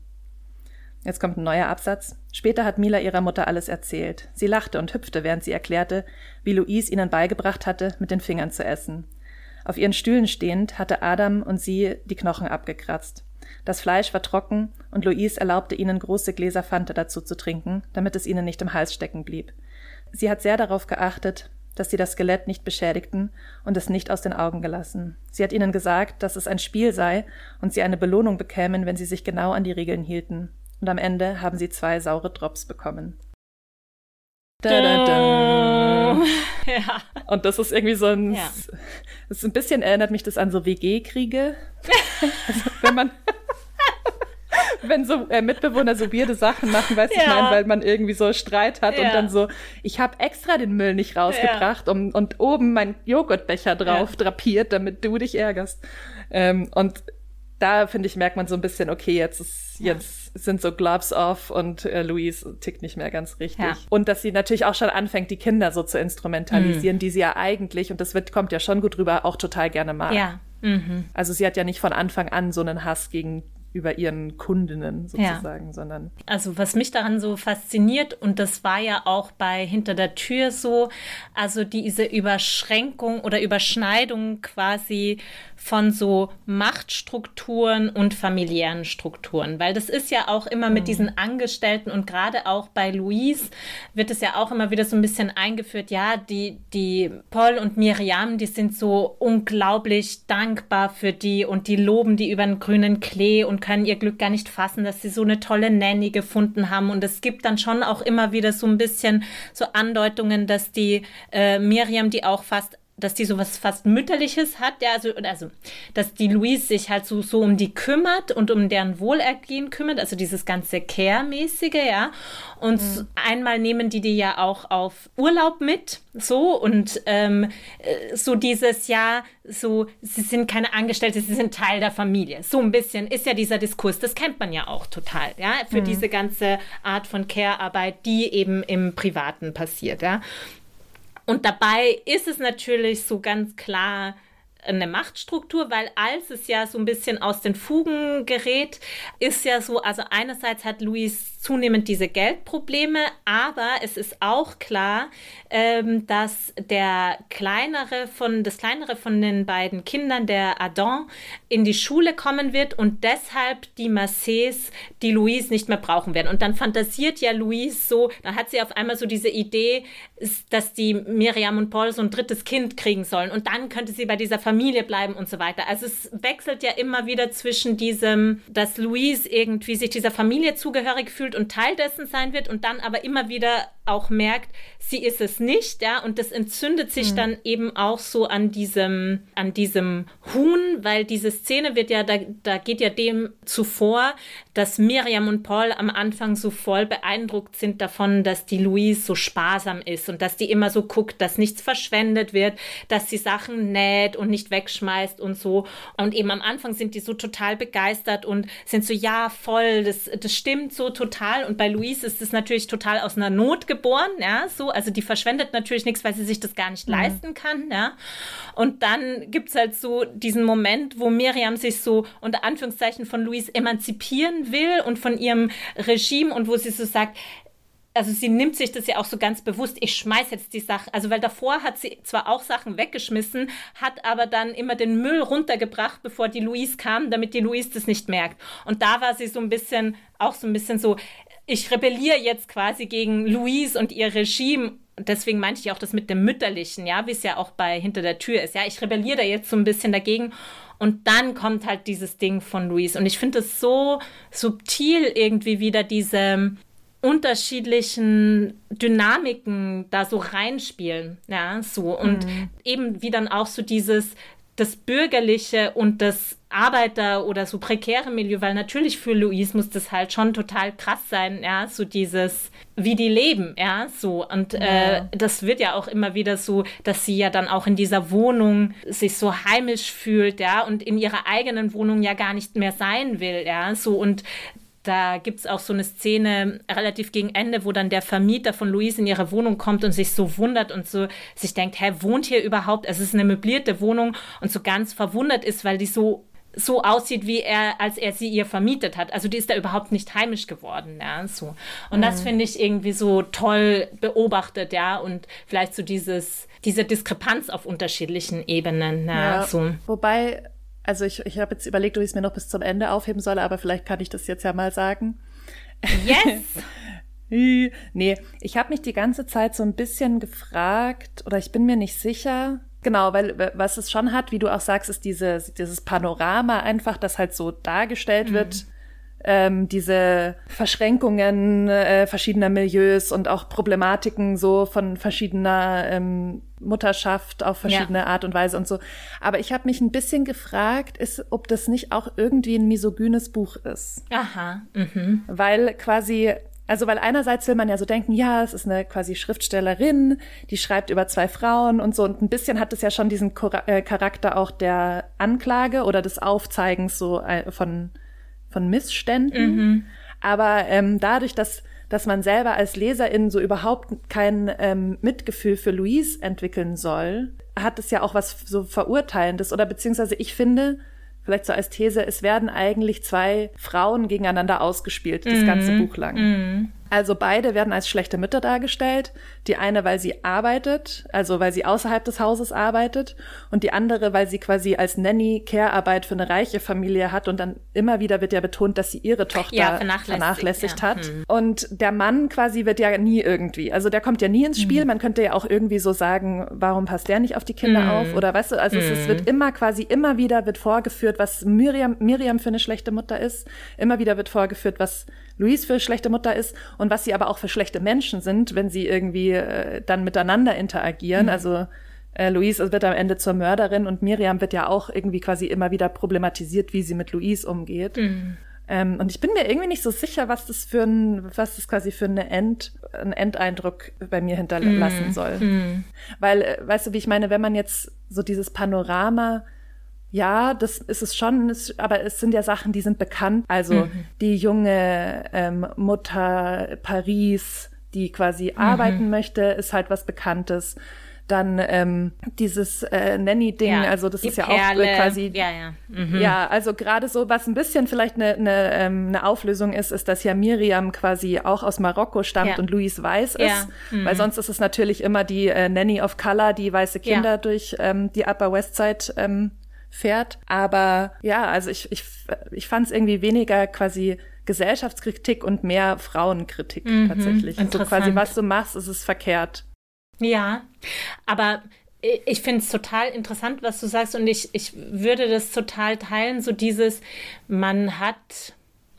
Jetzt kommt ein neuer Absatz. Später hat Mila ihrer Mutter alles erzählt. Sie lachte und hüpfte, während sie erklärte, wie Louise ihnen beigebracht hatte, mit den Fingern zu essen. Auf ihren Stühlen stehend hatte Adam und sie die Knochen abgekratzt. Das Fleisch war trocken und Louise erlaubte ihnen, große Gläser Fanta dazu zu trinken, damit es ihnen nicht im Hals stecken blieb. Sie hat sehr darauf geachtet, dass sie das Skelett nicht beschädigten und es nicht aus den Augen gelassen. Sie hat ihnen gesagt, dass es ein Spiel sei und sie eine Belohnung bekämen, wenn sie sich genau an die Regeln hielten. Und am Ende haben sie zwei saure Drops bekommen. Da, da, da. Ja. Und das ist irgendwie so ein, Ja. das ist ein bisschen erinnert mich das an so W G-Kriege. Also wenn man, wenn so äh, Mitbewohner so weirde Sachen machen, weißt du, ja. ich meine, weil man irgendwie so Streit hat ja. und dann so, ich habe extra den Müll nicht rausgebracht ja. um, und oben meinen Joghurtbecher drauf ja. drapiert, damit du dich ärgerst. Ähm, und da, finde ich, merkt man so ein bisschen, okay, jetzt ist, jetzt ja. sind so Gloves off und äh, Louise tickt nicht mehr ganz richtig. Ja. Und dass sie natürlich auch schon anfängt, die Kinder so zu instrumentalisieren, mhm. die sie ja eigentlich, und das wird, kommt ja schon gut rüber, auch total gerne mag. Ja. Mhm. Also sie hat ja nicht von Anfang an so einen Hass gegen über ihren Kundinnen sozusagen, ja. sondern... Also was mich daran so fasziniert, und das war ja auch bei Hinter der Tür so, also diese Überschränkung oder Überschneidung quasi von so Machtstrukturen und familiären Strukturen, weil das ist ja auch immer mit diesen Angestellten und gerade auch bei Louise wird es ja auch immer wieder so ein bisschen eingeführt, ja, die, die Paul und Miriam, die sind so unglaublich dankbar für die und die loben die über den grünen Klee und können ihr Glück gar nicht fassen, dass sie so eine tolle Nanny gefunden haben, und es gibt dann schon auch immer wieder so ein bisschen so Andeutungen, dass die äh, Miriam, die auch fast dass die sowas fast Mütterliches hat, ja, also, also dass die Louise sich halt so, so um die kümmert und um deren Wohlergehen kümmert, also dieses ganze Care-mäßige, ja, und mhm. einmal nehmen die die ja auch auf Urlaub mit, so, und ähm, so dieses, ja, so, sie sind keine Angestellte, sie sind Teil der Familie, so ein bisschen ist ja dieser Diskurs, das kennt man ja auch total, ja, für mhm. diese ganze Art von Care-Arbeit, die eben im Privaten passiert, ja. Und dabei ist es natürlich so ganz klar eine Machtstruktur, weil als es ja so ein bisschen aus den Fugen gerät, ist ja so, also einerseits hat Louise zunehmend diese Geldprobleme, aber es ist auch klar, ähm, dass der kleinere von, das kleinere von den beiden Kindern, der Adam, in die Schule kommen wird und deshalb die Macés die Louise nicht mehr brauchen werden. Und dann fantasiert ja Louise so, dann hat sie auf einmal so diese Idee, dass die Miriam und Paul so ein drittes Kind kriegen sollen und dann könnte sie bei dieser Familie bleiben und so weiter. Also es wechselt ja immer wieder zwischen diesem, dass Louise irgendwie sich dieser Familie zugehörig fühlt und Teil dessen sein wird und dann aber immer wieder auch merkt, sie ist es nicht, ja, und das entzündet sich mhm. dann eben auch so an diesem, an diesem Huhn, weil diese Szene wird ja, da, da geht ja dem zuvor, dass Miriam und Paul am Anfang so voll beeindruckt sind davon, dass die Louise so sparsam ist und dass die immer so guckt, dass nichts verschwendet wird, dass sie Sachen näht und nicht wegschmeißt und so. Und eben am Anfang sind die so total begeistert und sind so, ja, voll, das, das stimmt so total. Und bei Louise ist es natürlich total aus einer Not geboren, ja, so, also die verschwendet natürlich nichts, weil sie sich das gar nicht mhm. leisten kann, ja. Und dann gibt es halt so diesen Moment, wo Miriam sich so unter Anführungszeichen von Louise emanzipieren will und von ihrem Regime und wo sie so sagt, also sie nimmt sich das ja auch so ganz bewusst, ich schmeiß jetzt die Sachen, also weil davor hat sie zwar auch Sachen weggeschmissen, hat aber dann immer den Müll runtergebracht, bevor die Louise kam, damit die Louise das nicht merkt. Und da war sie so ein bisschen, auch so ein bisschen so, ich rebelliere jetzt quasi gegen Louise und ihr Regime. Deswegen meinte ich auch das mit dem Mütterlichen, ja, wie es ja auch bei Hinter der Tür ist. Ja, ich rebelliere da jetzt so ein bisschen dagegen. Und dann kommt halt dieses Ding von Louise. Und ich finde es so subtil irgendwie wieder diese unterschiedlichen Dynamiken da so reinspielen. Ja, so. Und mhm. eben wie dann auch so dieses, das bürgerliche und das Arbeiter- oder so prekäre Milieu, weil natürlich für Louise muss das halt schon total krass sein, ja, so dieses, wie die leben, ja, so. Und ja. äh, das wird ja auch immer wieder so, dass sie ja dann auch in dieser Wohnung sich so heimisch fühlt, ja, und in ihrer eigenen Wohnung ja gar nicht mehr sein will, ja, so. Und da gibt es auch so eine Szene relativ gegen Ende, wo dann der Vermieter von Louise in ihre Wohnung kommt und sich so wundert und so sich denkt, hä, wohnt hier überhaupt? Es ist eine möblierte Wohnung und so ganz verwundert ist, weil die so so aussieht, wie er, als er sie ihr vermietet hat. Also die ist da überhaupt nicht heimisch geworden, ja, so. Und mhm. das finde ich irgendwie so toll beobachtet, ja, und vielleicht so dieses, diese Diskrepanz auf unterschiedlichen Ebenen, ja, ja so. Wobei, also ich, ich habe jetzt überlegt, ob ich es mir noch bis zum Ende aufheben soll, aber vielleicht kann ich das jetzt ja mal sagen. Yes! Nee, ich habe mich die ganze Zeit so ein bisschen gefragt, oder ich bin mir nicht sicher. Genau, weil was es schon hat, wie du auch sagst, ist diese, dieses Panorama einfach, das halt so dargestellt mhm. wird, ähm, diese Verschränkungen äh, verschiedener Milieus und auch Problematiken so von verschiedener ähm, Mutterschaft auf verschiedene ja. Art und Weise und so. Aber ich habe mich ein bisschen gefragt, ist, ob das nicht auch irgendwie ein misogynes Buch ist. Aha. Mhm. Weil quasi, also weil einerseits will man ja so denken, ja, es ist eine quasi Schriftstellerin, die schreibt über zwei Frauen und so. Und ein bisschen hat es ja schon diesen Chor- äh, Charakter auch der Anklage oder des Aufzeigens so äh, von, von Missständen. Mhm. Aber ähm, dadurch, dass dass man selber als Leserin so überhaupt kein ähm, Mitgefühl für Louise entwickeln soll, hat es ja auch was so Verurteilendes. Oder beziehungsweise ich finde, vielleicht so als These, es werden eigentlich zwei Frauen gegeneinander ausgespielt, das mhm. ganze Buch lang. Mhm. Also beide werden als schlechte Mütter dargestellt. Die eine, weil sie arbeitet, also weil sie außerhalb des Hauses arbeitet, und die andere, weil sie quasi als Nanny Care-Arbeit für eine reiche Familie hat, und dann immer wieder wird ja betont, dass sie ihre Tochter ja, vernachlässigt, vernachlässigt ja. hat. Hm. Und der Mann quasi wird ja nie irgendwie, also der kommt ja nie ins Spiel. Hm. Man könnte ja auch irgendwie so sagen, warum passt der nicht auf die Kinder hm. auf? Oder weißt du, also hm. es, es wird immer quasi, immer wieder wird vorgeführt, was Miriam, Miriam für eine schlechte Mutter ist. Immer wieder wird vorgeführt, was Louise für schlechte Mutter ist und was sie aber auch für schlechte Menschen sind, wenn sie irgendwie äh, dann miteinander interagieren. Mhm. Also äh, Louise wird am Ende zur Mörderin und Miriam wird ja auch irgendwie quasi immer wieder problematisiert, wie sie mit Louise umgeht. Mhm. Ähm, und ich bin mir irgendwie nicht so sicher, was das für ein, was das quasi für eine End, einen Endeindruck bei mir hinterlassen mhm. soll. Mhm. Weil, äh, weißt du, wie ich meine, wenn man jetzt so dieses Panorama, ja, das ist es schon, ist, aber es sind ja Sachen, die sind bekannt. Also mhm. die junge ähm, Mutter Paris, die quasi mhm. arbeiten möchte, ist halt was Bekanntes. Dann ähm, dieses äh, Nanny-Ding, ja, also das ist ja Perle. Auch quasi, ja, ja. Mhm. ja, also gerade so, was ein bisschen vielleicht eine, eine, ähm, eine Auflösung ist, ist, dass ja Miriam quasi auch aus Marokko stammt ja. und Louise weiß ja. ist, mhm. weil sonst ist es natürlich immer die äh, Nanny of Color, die weiße Kinder ja. durch ähm, die Upper West Side ähm, fährt. Aber ja, also ich, ich, ich fand es irgendwie weniger quasi Gesellschaftskritik und mehr Frauenkritik mhm, tatsächlich. So quasi, was du machst, ist es verkehrt. Ja, aber ich finde es total interessant, was du sagst, und ich, ich würde das total teilen, so dieses, man hat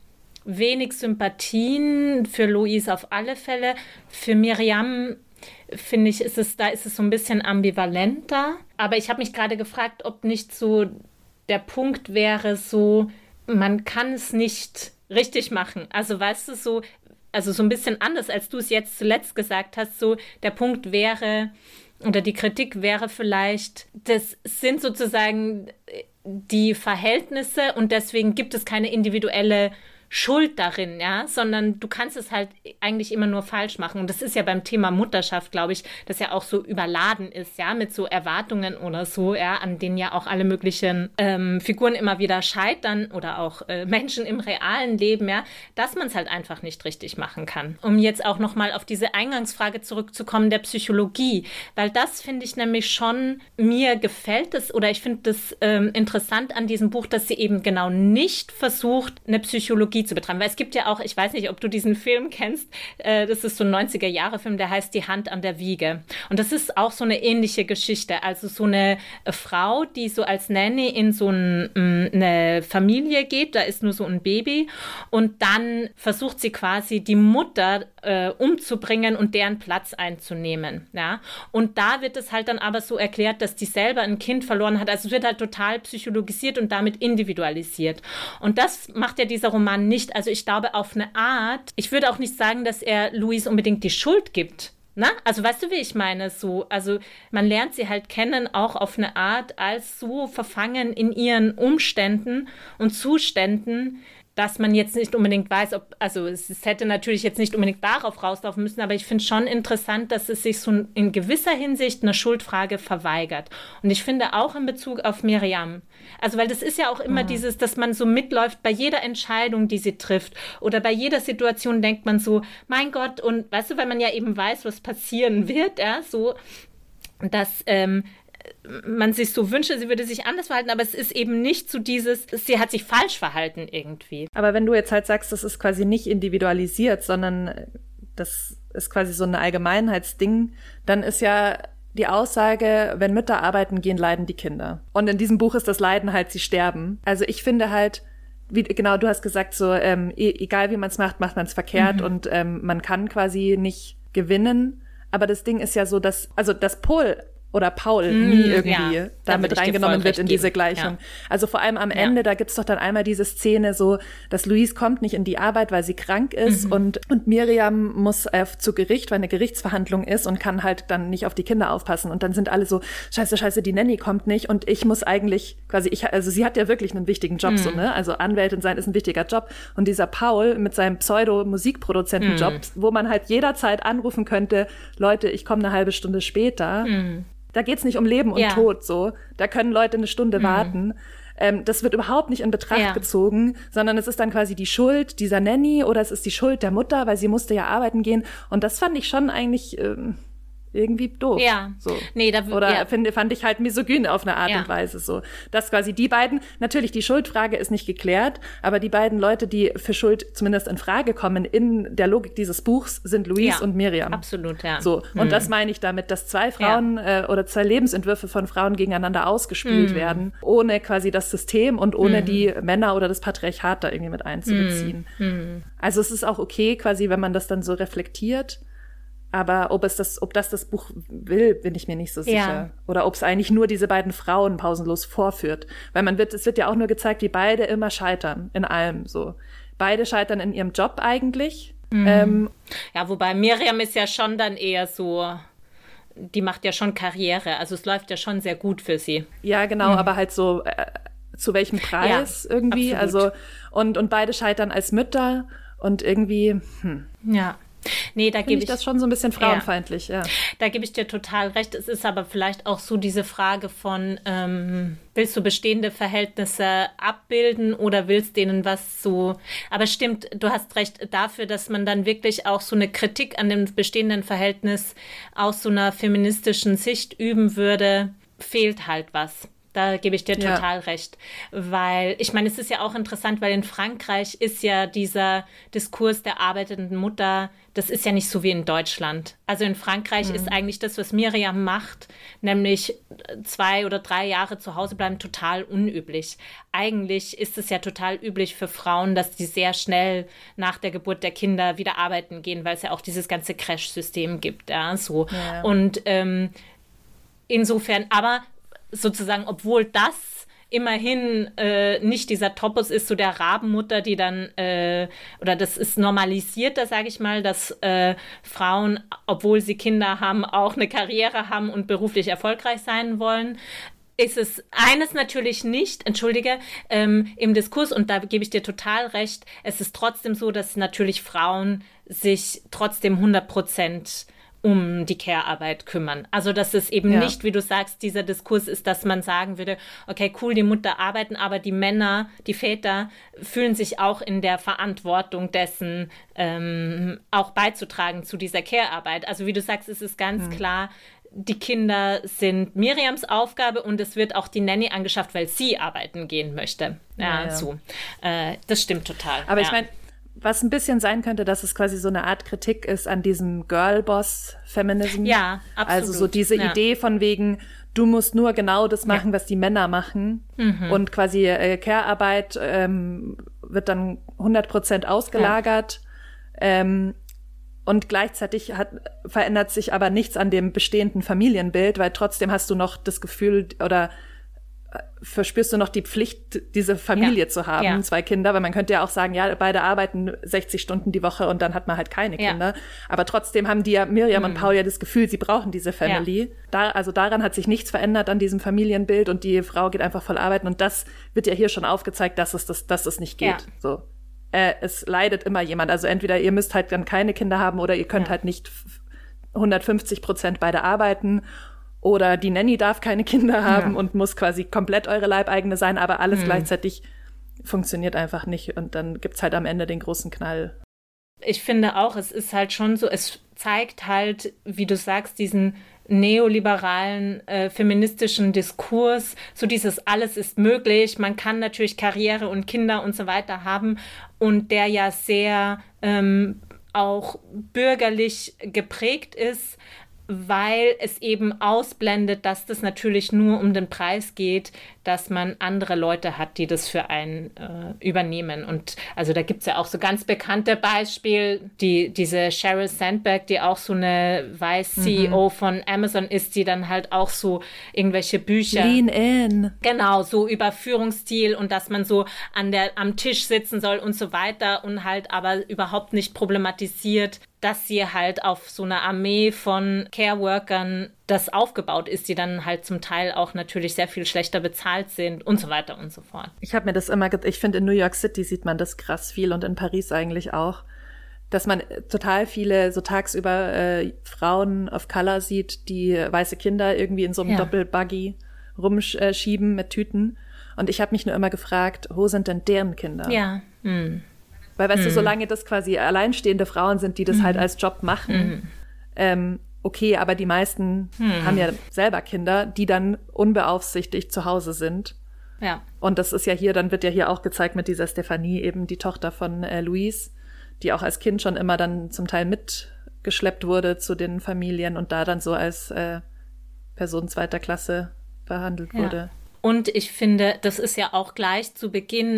wenig Sympathien für Louise auf alle Fälle, für Miriam finde ich, ist es, da ist es so ein bisschen ambivalenter. Aber ich habe mich gerade gefragt, ob nicht so der Punkt wäre, so, man kann es nicht richtig machen. Also weißt du, so, also so ein bisschen anders, als du es jetzt zuletzt gesagt hast, so der Punkt wäre, oder die Kritik wäre vielleicht, das sind sozusagen die Verhältnisse und deswegen gibt es keine individuelle Schuld darin, ja, sondern du kannst es halt eigentlich immer nur falsch machen. Und das ist ja beim Thema Mutterschaft, glaube ich, das ja auch so überladen ist, ja, mit so Erwartungen oder so, ja, an denen ja auch alle möglichen ähm, Figuren immer wieder scheitern oder auch äh, Menschen im realen Leben, ja, dass man es halt einfach nicht richtig machen kann. Um jetzt auch nochmal auf diese Eingangsfrage zurückzukommen, der Psychologie, weil das finde ich nämlich schon, mir gefällt es oder ich finde das ähm, interessant an diesem Buch, dass sie eben genau nicht versucht, eine Psychologie zu betreiben. Weil es gibt ja auch, ich weiß nicht, ob du diesen Film kennst, äh, das ist so ein neunziger-Jahre-Film, der heißt Die Hand an der Wiege. Und das ist auch so eine ähnliche Geschichte. Also so eine äh, Frau, die so als Nanny in so ein, mh, eine Familie geht, da ist nur so ein Baby und dann versucht sie quasi die Mutter äh, umzubringen und deren Platz einzunehmen. Ja? Und da wird es halt dann aber so erklärt, dass die selber ein Kind verloren hat. Also es wird halt total psychologisiert und damit individualisiert. Und das macht ja dieser Roman nicht. Also ich glaube auf eine Art, ich würde auch nicht sagen, dass er Louise unbedingt die Schuld gibt. Na? Also weißt du, wie ich meine? So, also man lernt sie halt kennen, auch auf eine Art als so verfangen in ihren Umständen und Zuständen, dass man jetzt nicht unbedingt weiß, ob, also es, es hätte natürlich jetzt nicht unbedingt darauf rauslaufen müssen, aber ich finde schon interessant, dass es sich so in gewisser Hinsicht eine Schuldfrage verweigert. Und ich finde auch in Bezug auf Miriam, also weil das ist ja auch immer mhm. dieses, dass man so mitläuft bei jeder Entscheidung, die sie trifft oder bei jeder Situation denkt man so, mein Gott, und weißt du, weil man ja eben weiß, was passieren wird, ja, so, dass, ähm, man sich so wünsche, sie würde sich anders verhalten, aber es ist eben nicht so dieses, sie hat sich falsch verhalten irgendwie. Aber wenn du jetzt halt sagst, das ist quasi nicht individualisiert, sondern das ist quasi so ein Allgemeinheitsding, dann ist ja die Aussage, wenn Mütter arbeiten gehen, leiden die Kinder. Und in diesem Buch ist das Leiden halt, sie sterben. Also ich finde halt, wie, genau, du hast gesagt, so ähm, e- egal wie man es macht, macht man es verkehrt mhm. und ähm, man kann quasi nicht gewinnen. Aber das Ding ist ja so, dass, also dass Paul oder Paul mm, nie irgendwie ja, damit reingenommen wird in diese Gleichung. Ja. Also vor allem am Ende, ja. da gibt's doch dann einmal diese Szene so, dass Louise kommt nicht in die Arbeit, weil sie krank ist mhm. und und Miriam muss äh, zu Gericht, weil eine Gerichtsverhandlung ist und kann halt dann nicht auf die Kinder aufpassen. Und dann sind alle so, scheiße, scheiße, die Nanny kommt nicht und ich muss eigentlich quasi, ich also sie hat ja wirklich einen wichtigen Job, mhm. so, ne? Also Anwältin sein ist ein wichtiger Job. Und dieser Paul mit seinem Pseudo-Musikproduzentenjob, mhm. wo man halt jederzeit anrufen könnte, Leute, ich komme eine halbe Stunde später. Mhm. Da geht's nicht um Leben und ja. Tod, so. Da können Leute eine Stunde mhm. warten. Ähm, das wird überhaupt nicht in Betracht ja. gezogen, sondern es ist dann quasi die Schuld dieser Nanny oder es ist die Schuld der Mutter, weil sie musste ja arbeiten gehen. Und das fand ich schon eigentlich ähm, irgendwie doof. Ja. So. Nee, da, oder ja. finde, fand ich halt misogyn auf eine Art ja. und Weise so. Dass quasi die beiden, natürlich die Schuldfrage ist nicht geklärt, aber die beiden Leute, die für Schuld zumindest in Frage kommen in der Logik dieses Buchs, sind Louise ja. und Miriam. Absolut, ja. So. Und mhm. das meine ich damit, dass zwei Frauen ja. äh, oder zwei Lebensentwürfe von Frauen gegeneinander ausgespielt mhm. werden, ohne quasi das System und ohne mhm. die Männer oder das Patriarchat da irgendwie mit einzubeziehen. Mhm. Also es ist auch okay, quasi, wenn man das dann so reflektiert. Aber ob es das, ob das das Buch will, bin ich mir nicht so sicher. Ja. Oder ob es eigentlich nur diese beiden Frauen pausenlos vorführt. Weil man wird, es wird ja auch nur gezeigt, wie beide immer scheitern in allem, so. Beide scheitern in ihrem Job eigentlich. Mhm. Ähm, ja, wobei Miriam ist ja schon dann eher so, die macht ja schon Karriere. Also es läuft ja schon sehr gut für sie. Ja, genau, mhm. aber halt so, äh, zu welchem Preis ja, irgendwie. Absolut. Also, und, und beide scheitern als Mütter und irgendwie, hm. Ja. Nee, da gebe ich, ich das schon so ein bisschen frauenfeindlich, ja. ja. Da gebe ich dir total recht. Es ist aber vielleicht auch so diese Frage von, ähm, willst du bestehende Verhältnisse abbilden oder willst denen was so, aber stimmt, du hast recht, dafür, dass man dann wirklich auch so eine Kritik an dem bestehenden Verhältnis aus so einer feministischen Sicht üben würde, fehlt halt was. Da gebe ich dir total ja. recht, weil ich meine, es ist ja auch interessant, weil in Frankreich ist ja dieser Diskurs der arbeitenden Mutter, das ist ja nicht so wie in Deutschland. Also in Frankreich mhm. ist eigentlich das, was Miriam macht, nämlich zwei oder drei Jahre zu Hause bleiben, total unüblich. Eigentlich ist es ja total üblich für Frauen, dass die sehr schnell nach der Geburt der Kinder wieder arbeiten gehen, weil es ja auch dieses ganze Crash-System gibt. Ja, so. Ja. Und ähm, insofern, aber sozusagen, obwohl das immerhin äh, nicht dieser Topos ist, so der Rabenmutter, die dann, äh, oder das ist normalisierter, sage ich mal, dass äh, Frauen, obwohl sie Kinder haben, auch eine Karriere haben und beruflich erfolgreich sein wollen, ist es eines natürlich nicht, entschuldige, ähm, im Diskurs, und da gebe ich dir total recht, es ist trotzdem so, dass natürlich Frauen sich trotzdem hundert Prozent um die Care-Arbeit kümmern. Also dass es eben ja. nicht, wie du sagst, dieser Diskurs ist, dass man sagen würde, okay, cool, die Mutter arbeiten, aber die Männer, die Väter fühlen sich auch in der Verantwortung dessen, ähm, auch beizutragen zu dieser Care-Arbeit. Also wie du sagst, ist es ganz mhm. klar, die Kinder sind Miriams Aufgabe und es wird auch die Nanny angeschafft, weil sie arbeiten gehen möchte. Ja, ja, ja. so. Äh, das stimmt total. Aber ja. ich meine, was ein bisschen sein könnte, dass es quasi so eine Art Kritik ist an diesem Girl-Boss-Feminism. Ja, absolut. Also so diese ja. Idee von wegen, du musst nur genau das machen, ja. was die Männer machen. Mhm. Und quasi äh, Care-Arbeit ähm, wird dann hundert Prozent ausgelagert. Ja. Ähm, und gleichzeitig hat, verändert sich aber nichts an dem bestehenden Familienbild, weil trotzdem hast du noch das Gefühl oder verspürst du noch die Pflicht, diese Familie ja. zu haben, ja. zwei Kinder, weil man könnte ja auch sagen, ja, beide arbeiten sechzig Stunden die Woche und dann hat man halt keine ja. Kinder. Aber trotzdem haben die ja, Miriam mhm. und Paul ja das Gefühl, sie brauchen diese Family. Ja. Da, also daran hat sich nichts verändert an diesem Familienbild und die Frau geht einfach voll arbeiten und das wird ja hier schon aufgezeigt, dass es, das, dass es nicht geht. Ja. So. Äh, es leidet immer jemand. Also entweder ihr müsst halt dann keine Kinder haben oder ihr könnt ja. halt nicht hundertfünfzig Prozent beide arbeiten. Oder die Nanny darf keine Kinder haben ja. und muss quasi komplett eure Leibeigene sein, aber alles mhm. gleichzeitig funktioniert einfach nicht. Und dann gibt's halt am Ende den großen Knall. Ich finde auch, es ist halt schon so, es zeigt halt, wie du sagst, diesen neoliberalen, äh, feministischen Diskurs, so dieses alles ist möglich, man kann natürlich Karriere und Kinder und so weiter haben und der ja sehr ähm, auch bürgerlich geprägt ist. weil es eben ausblendet, dass das natürlich nur um den Preis geht, dass man andere Leute hat, die das für einen äh, übernehmen. Und also da gibt es ja auch so ganz bekannte Beispiele, die, diese Sheryl Sandberg, die auch so eine Vice-C E O mhm. von Amazon ist, die dann halt auch so irgendwelche Bücher... Lean in. Genau, so über Führungsstil und dass man so an der, am Tisch sitzen soll und so weiter und halt aber überhaupt nicht problematisiert, dass sie halt auf so einer Armee von Care-Workern das aufgebaut ist, die dann halt zum Teil auch natürlich sehr viel schlechter bezahlt sind und so weiter und so fort. Ich habe mir das immer, ich finde in New York City sieht man das krass viel und in Paris eigentlich auch, dass man total viele so tagsüber äh, Frauen of Color sieht, die weiße Kinder irgendwie in so einem ja. Doppelbuggy rumschieben mit Tüten. Und ich habe mich nur immer gefragt, wo sind denn deren Kinder? Ja, hm. Weil, weißt mhm. du, solange das quasi alleinstehende Frauen sind, die das mhm. halt als Job machen, mhm. ähm, okay, aber die meisten mhm. haben ja selber Kinder, die dann unbeaufsichtigt zu Hause sind. Ja. Und das ist ja hier, dann wird ja hier auch gezeigt mit dieser Stephanie, eben die Tochter von äh, Louise, die auch als Kind schon immer dann zum Teil mitgeschleppt wurde zu den Familien und da dann so als äh, Person zweiter Klasse behandelt ja. wurde. Und ich finde, das ist ja auch gleich zu Beginn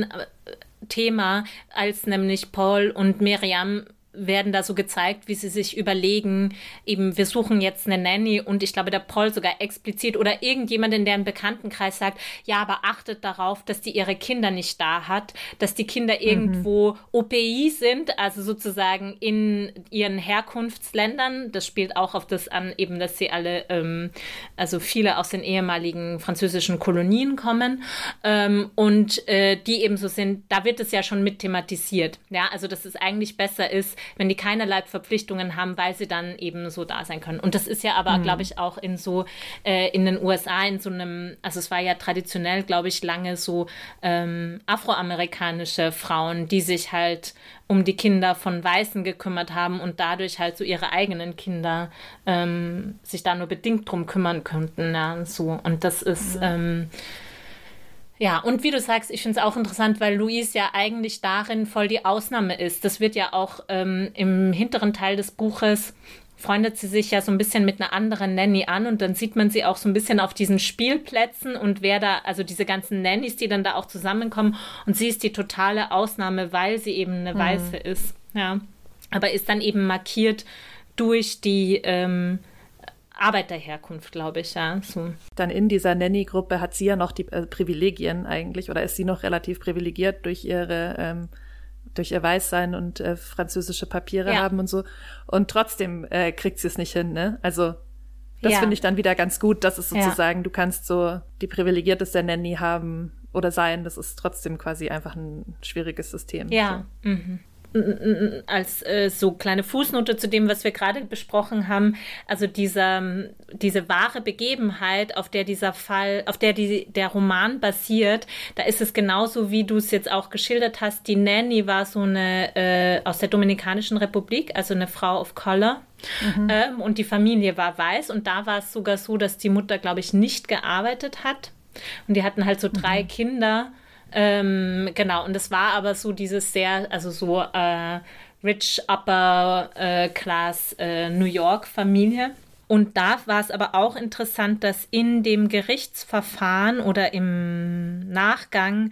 Thema, als nämlich Paul und Miriam werden da so gezeigt, wie sie sich überlegen, eben wir suchen jetzt eine Nanny und ich glaube, der Paul sogar explizit oder irgendjemand in deren Bekanntenkreis sagt, ja, aber achtet darauf, dass die ihre Kinder nicht da hat, dass die Kinder irgendwo mhm. O P I sind, also sozusagen in ihren Herkunftsländern. Das spielt auch auf das an, eben, dass sie alle, ähm, also viele aus den ehemaligen französischen Kolonien kommen ähm, und äh, die eben so sind, da wird es ja schon mit thematisiert. Ja, also dass es eigentlich besser ist, wenn die keinerlei Verpflichtungen haben, weil sie dann eben so da sein können. Und das ist ja aber, mhm. glaube ich, auch in so, äh, in den U S A in so einem, also es war ja traditionell, glaube ich, lange so ähm, afroamerikanische Frauen, die sich halt um die Kinder von Weißen gekümmert haben und dadurch halt so ihre eigenen Kinder ähm, sich da nur bedingt drum kümmern könnten. Ja, so. Und das ist... Mhm. Ähm, Ja, und wie du sagst, ich finde es auch interessant, weil Louise ja eigentlich darin voll die Ausnahme ist. Das wird ja auch ähm, im hinteren Teil des Buches, freundet sie sich ja so ein bisschen mit einer anderen Nanny an und dann sieht man sie auch so ein bisschen auf diesen Spielplätzen und wer da, also diese ganzen Nannies, die dann da auch zusammenkommen und sie ist die totale Ausnahme, weil sie eben eine Weiße mhm. ist. Ja, aber ist dann eben markiert durch die ähm, Arbeiterherkunft, glaube ich, ja. So. Dann in dieser Nanny-Gruppe hat sie ja noch die äh, Privilegien eigentlich, oder ist sie noch relativ privilegiert durch ihre, ähm, durch ihr Weißsein und äh, französische Papiere ja. haben und so. Und trotzdem äh, kriegt sie es nicht hin, ne? Also das ja. finde ich dann wieder ganz gut, dass es sozusagen, ja. du kannst so die privilegierteste Nanny haben oder sein, das ist trotzdem quasi einfach ein schwieriges System. Ja, so. mhm. Als äh, so kleine Fußnote zu dem, was wir gerade besprochen haben, also dieser, diese wahre Begebenheit, auf der dieser Fall, auf der die, der Roman basiert, da ist es genauso, wie du es jetzt auch geschildert hast. Die Nanny war so eine äh, aus der Dominikanischen Republik, also eine Frau of Color. Mhm. Ähm, und die Familie war weiß und da war es sogar so, dass die Mutter, glaube ich, nicht gearbeitet hat. Und die hatten halt so drei mhm. Kinder. Ähm, genau, und das war aber so dieses sehr, also so äh, rich upper äh, class äh, New York Familie. Und da war es aber auch interessant, dass in dem Gerichtsverfahren oder im Nachgang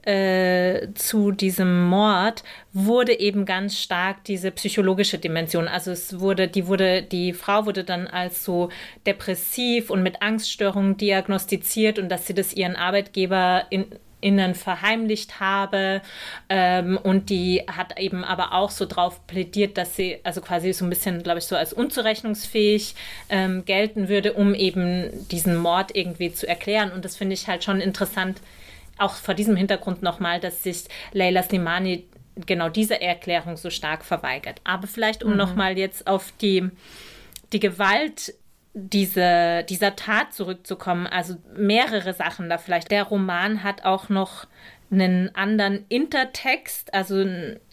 äh, zu diesem Mord wurde eben ganz stark diese psychologische Dimension. Also es wurde, die wurde, die Frau wurde dann als so depressiv und mit Angststörungen diagnostiziert und dass sie das ihren Arbeitgeber in innen verheimlicht habe ähm, und die hat eben aber auch so drauf plädiert, dass sie also quasi so ein bisschen, glaube ich, so als unzurechnungsfähig ähm, gelten würde, um eben diesen Mord irgendwie zu erklären und das finde ich halt schon interessant, auch vor diesem Hintergrund nochmal, dass sich Leila Slimani genau diese Erklärung so stark verweigert. Aber vielleicht, um mhm. nochmal jetzt auf die, die Gewalt Diese, dieser Tat zurückzukommen, also mehrere Sachen da vielleicht. Der Roman hat auch noch einen anderen Intertext, also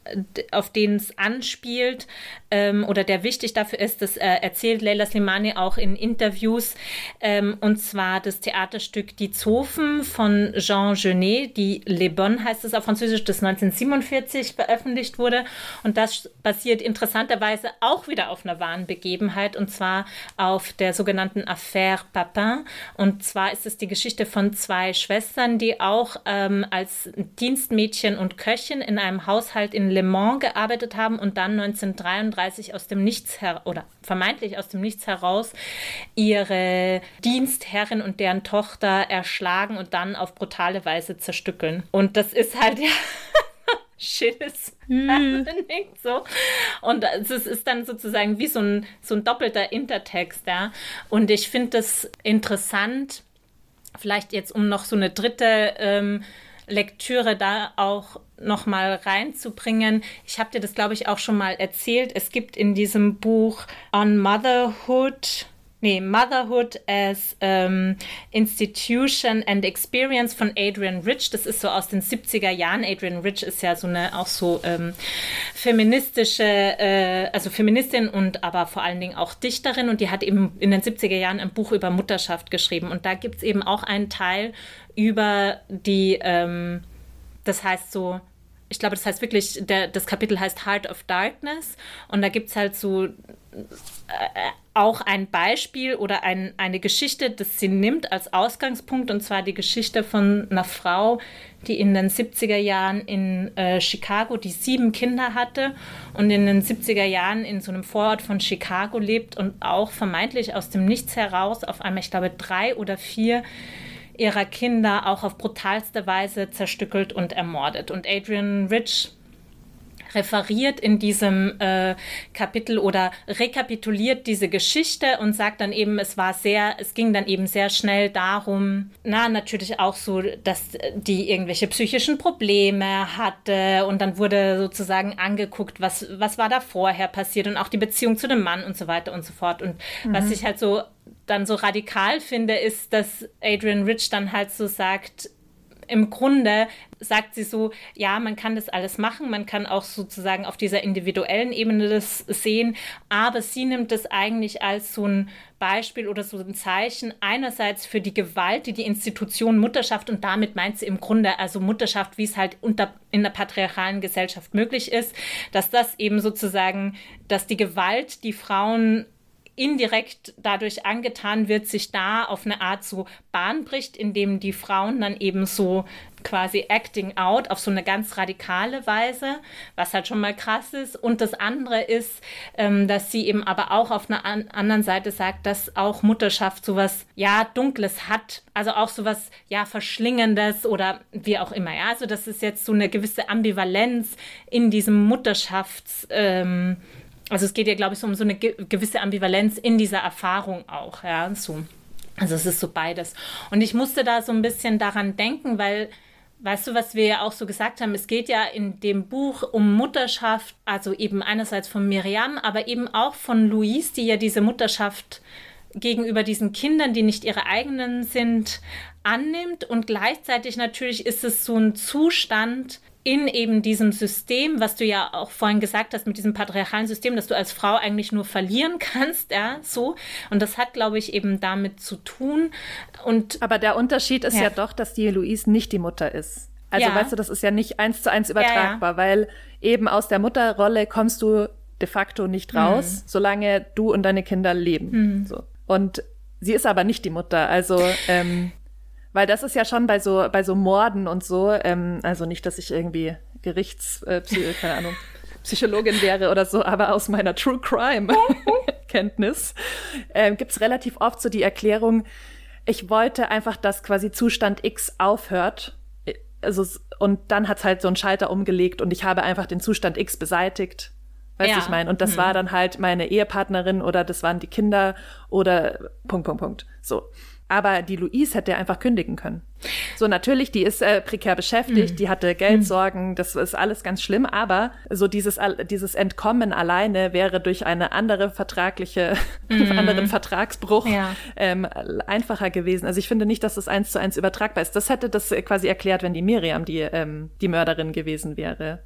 auf den es anspielt ähm, oder der wichtig dafür ist, das äh, erzählt Leila Slimani auch in Interviews, ähm, und zwar das Theaterstück Die Zofen von Jean Genet, die Les Bonnes heißt es auf Französisch, das neunzehnhundertsiebenundvierzig veröffentlicht wurde, und das basiert interessanterweise auch wieder auf einer wahren Begebenheit, und zwar auf der sogenannten Affaire Papin, und zwar ist es die Geschichte von zwei Schwestern, die auch ähm, als Dienstmädchen und Köchin in einem Haushalt in Le Mans gearbeitet haben und dann neunzehnhundertdreiunddreißig aus dem Nichts her- oder vermeintlich aus dem Nichts heraus ihre Dienstherrin und deren Tochter erschlagen und dann auf brutale Weise zerstückeln. Und das ist halt ja schönes happening, so. Und es ist dann sozusagen wie so ein, so ein doppelter Intertext, ja. Und ich finde das interessant, vielleicht jetzt um noch so eine dritte ähm, Lektüre da auch noch mal reinzubringen. Ich habe dir das, glaube ich, auch schon mal erzählt. Es gibt in diesem Buch On Motherhood, nee, Motherhood as um, Institution and Experience von Adrienne Rich. Das ist so aus den siebziger Jahren. Adrienne Rich ist ja so eine auch so ähm, feministische, äh, also Feministin und aber vor allen Dingen auch Dichterin. Und die hat eben in den siebziger Jahren ein Buch über Mutterschaft geschrieben. Und da gibt es eben auch einen Teil über die, ähm, das heißt so, ich glaube, das heißt wirklich, der, das Kapitel heißt Heart of Darkness, und da gibt es halt so äh, auch ein Beispiel oder ein, eine Geschichte, das sie nimmt als Ausgangspunkt, und zwar die Geschichte von einer Frau, die in den siebziger Jahren in äh, Chicago, die sieben Kinder hatte und in den siebziger Jahren in so einem Vorort von Chicago lebt und auch vermeintlich aus dem Nichts heraus auf einmal, ich glaube, drei oder vier ihrer Kinder auch auf brutalste Weise zerstückelt und ermordet. Und Adrienne Rich referiert in diesem äh, Kapitel oder rekapituliert diese Geschichte und sagt dann eben, es war sehr, es ging dann eben sehr schnell darum, na, natürlich auch so, dass die irgendwelche psychischen Probleme hatte, und dann wurde sozusagen angeguckt, was, was war da vorher passiert und auch die Beziehung zu dem Mann und so weiter und so fort. Und mhm. was ich halt so dann so radikal finde, ist, dass Adrienne Rich dann halt so sagt, im Grunde sagt sie so, ja, man kann das alles machen, man kann auch sozusagen auf dieser individuellen Ebene das sehen, aber sie nimmt das eigentlich als so ein Beispiel oder so ein Zeichen einerseits für die Gewalt, die die Institution Mutterschaft, und damit meint sie im Grunde also Mutterschaft, wie es halt unter, in der patriarchalen Gesellschaft möglich ist, dass das eben sozusagen, dass die Gewalt, die Frauen indirekt dadurch angetan wird, sich da auf eine Art so Bahn bricht, indem die Frauen dann eben so quasi acting out auf so eine ganz radikale Weise, was halt schon mal krass ist. Und das andere ist, ähm, dass sie eben aber auch auf einer an- anderen Seite sagt, dass auch Mutterschaft sowas, ja, Dunkles hat, also auch sowas, ja, Verschlingendes oder wie auch immer. Ja, also das ist jetzt so eine gewisse Ambivalenz in diesem Mutterschafts- ähm, Also es geht ja, glaube ich, so um so eine ge- gewisse Ambivalenz in dieser Erfahrung auch, ja, so. Also es ist so beides. Und ich musste da so ein bisschen daran denken, weil, weißt du, was wir ja auch so gesagt haben, es geht ja in dem Buch um Mutterschaft, also eben einerseits von Miriam, aber eben auch von Louise, die ja diese Mutterschaft gegenüber diesen Kindern, die nicht ihre eigenen sind, annimmt. Und gleichzeitig natürlich ist es so ein Zustand in eben diesem System, was du ja auch vorhin gesagt hast, mit diesem patriarchalen System, dass du als Frau eigentlich nur verlieren kannst, ja, so. Und das hat, glaube ich, eben damit zu tun. Und aber der Unterschied ist ja, ja doch, dass die Louise nicht die Mutter ist. Also, ja. Weißt du, das ist ja nicht eins zu eins übertragbar, ja, ja. weil eben aus der Mutterrolle kommst du de facto nicht raus, mhm. solange du und deine Kinder leben. Mhm. So. Und sie ist aber nicht die Mutter, also ähm, weil das ist ja schon bei so bei so Morden und so, ähm, also nicht, dass ich irgendwie Gerichts, äh, Psy- keine Ahnung, Psychologin wäre oder so, aber aus meiner True Crime Kenntnis äh, gibt's relativ oft so die Erklärung, ich wollte einfach, dass quasi Zustand X aufhört, also und dann hat's halt so einen Schalter umgelegt und ich habe einfach den Zustand X beseitigt. Weißt du, ja. ich meine? Und das hm. war dann halt meine Ehepartnerin oder das waren die Kinder oder Punkt, Punkt, Punkt. So. Aber die Louise hätte einfach kündigen können. So, natürlich, die ist äh, prekär beschäftigt, mm. die hatte Geldsorgen, das ist alles ganz schlimm, aber so dieses dieses Entkommen alleine wäre durch eine andere vertragliche, mm. anderen Vertragsbruch ja. ähm, einfacher gewesen. Also ich finde nicht, dass das eins zu eins übertragbar ist. Das hätte das quasi erklärt, wenn die Miriam die, ähm, die Mörderin gewesen wäre.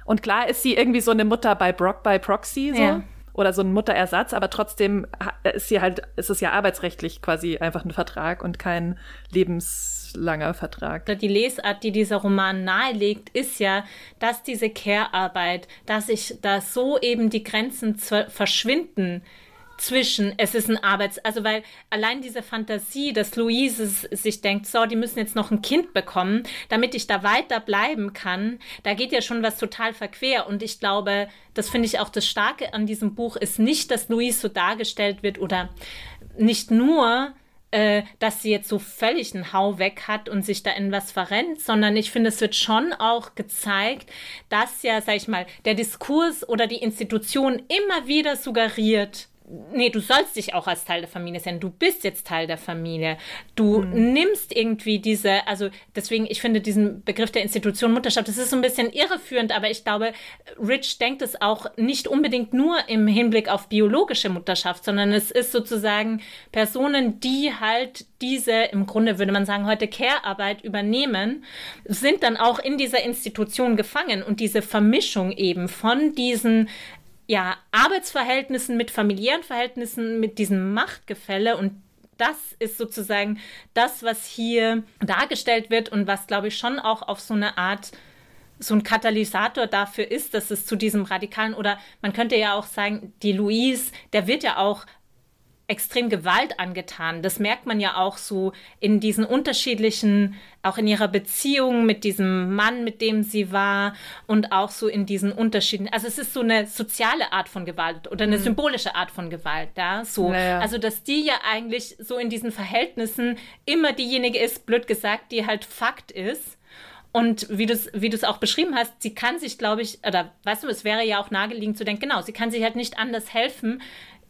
Und klar ist sie irgendwie so eine Mutter bei Brock by Proxy, so. Ja. Oder so ein Mutterersatz, aber trotzdem ist sie halt, ist es ja arbeitsrechtlich quasi einfach ein Vertrag und kein lebenslanger Vertrag. Die Lesart, die dieser Roman nahelegt, ist ja, dass diese Care-Arbeit, dass sich da so eben die Grenzen z- verschwinden zwischen, es ist ein Arbeits-, also weil allein diese Fantasie, dass Louise sich denkt, so, die müssen jetzt noch ein Kind bekommen, damit ich da weiter bleiben kann, da geht ja schon was total verquer. Und ich glaube, das finde ich auch das Starke an diesem Buch, ist nicht, dass Louise so dargestellt wird oder nicht nur, äh, dass sie jetzt so völlig einen Hau weg hat und sich da in was verrennt, sondern ich finde, es wird schon auch gezeigt, dass ja, sag ich mal, der Diskurs oder die Institution immer wieder suggeriert, nee, du sollst dich auch als Teil der Familie sehen. Du bist jetzt Teil der Familie. Du mhm. nimmst irgendwie diese, also deswegen, ich finde diesen Begriff der Institution Mutterschaft, das ist so ein bisschen irreführend, aber ich glaube, Rich denkt es auch nicht unbedingt nur im Hinblick auf biologische Mutterschaft, sondern es ist sozusagen Personen, die halt diese, im Grunde würde man sagen, heute Care-Arbeit übernehmen, sind dann auch in dieser Institution gefangen und diese Vermischung eben von diesen ja, Arbeitsverhältnissen mit familiären Verhältnissen, mit diesem Machtgefälle und das ist sozusagen das, was hier dargestellt wird und was, glaube ich, schon auch auf so eine Art, so ein Katalysator dafür ist, dass es zu diesem radikalen, oder man könnte ja auch sagen, die Louise, der wird ja auch extrem Gewalt angetan. Das merkt man ja auch so in diesen unterschiedlichen, auch in ihrer Beziehung mit diesem Mann, mit dem sie war und auch so in diesen Unterschieden. Also es ist so eine soziale Art von Gewalt oder eine mhm. symbolische Art von Gewalt, ja, so. Naja. Also dass die ja eigentlich so in diesen Verhältnissen immer diejenige ist, blöd gesagt, die halt Fakt ist. Und wie du es wie du es auch beschrieben hast, sie kann sich, glaube ich, oder weißt du, es wäre ja auch naheliegend zu denken, genau, sie kann sich halt nicht anders helfen,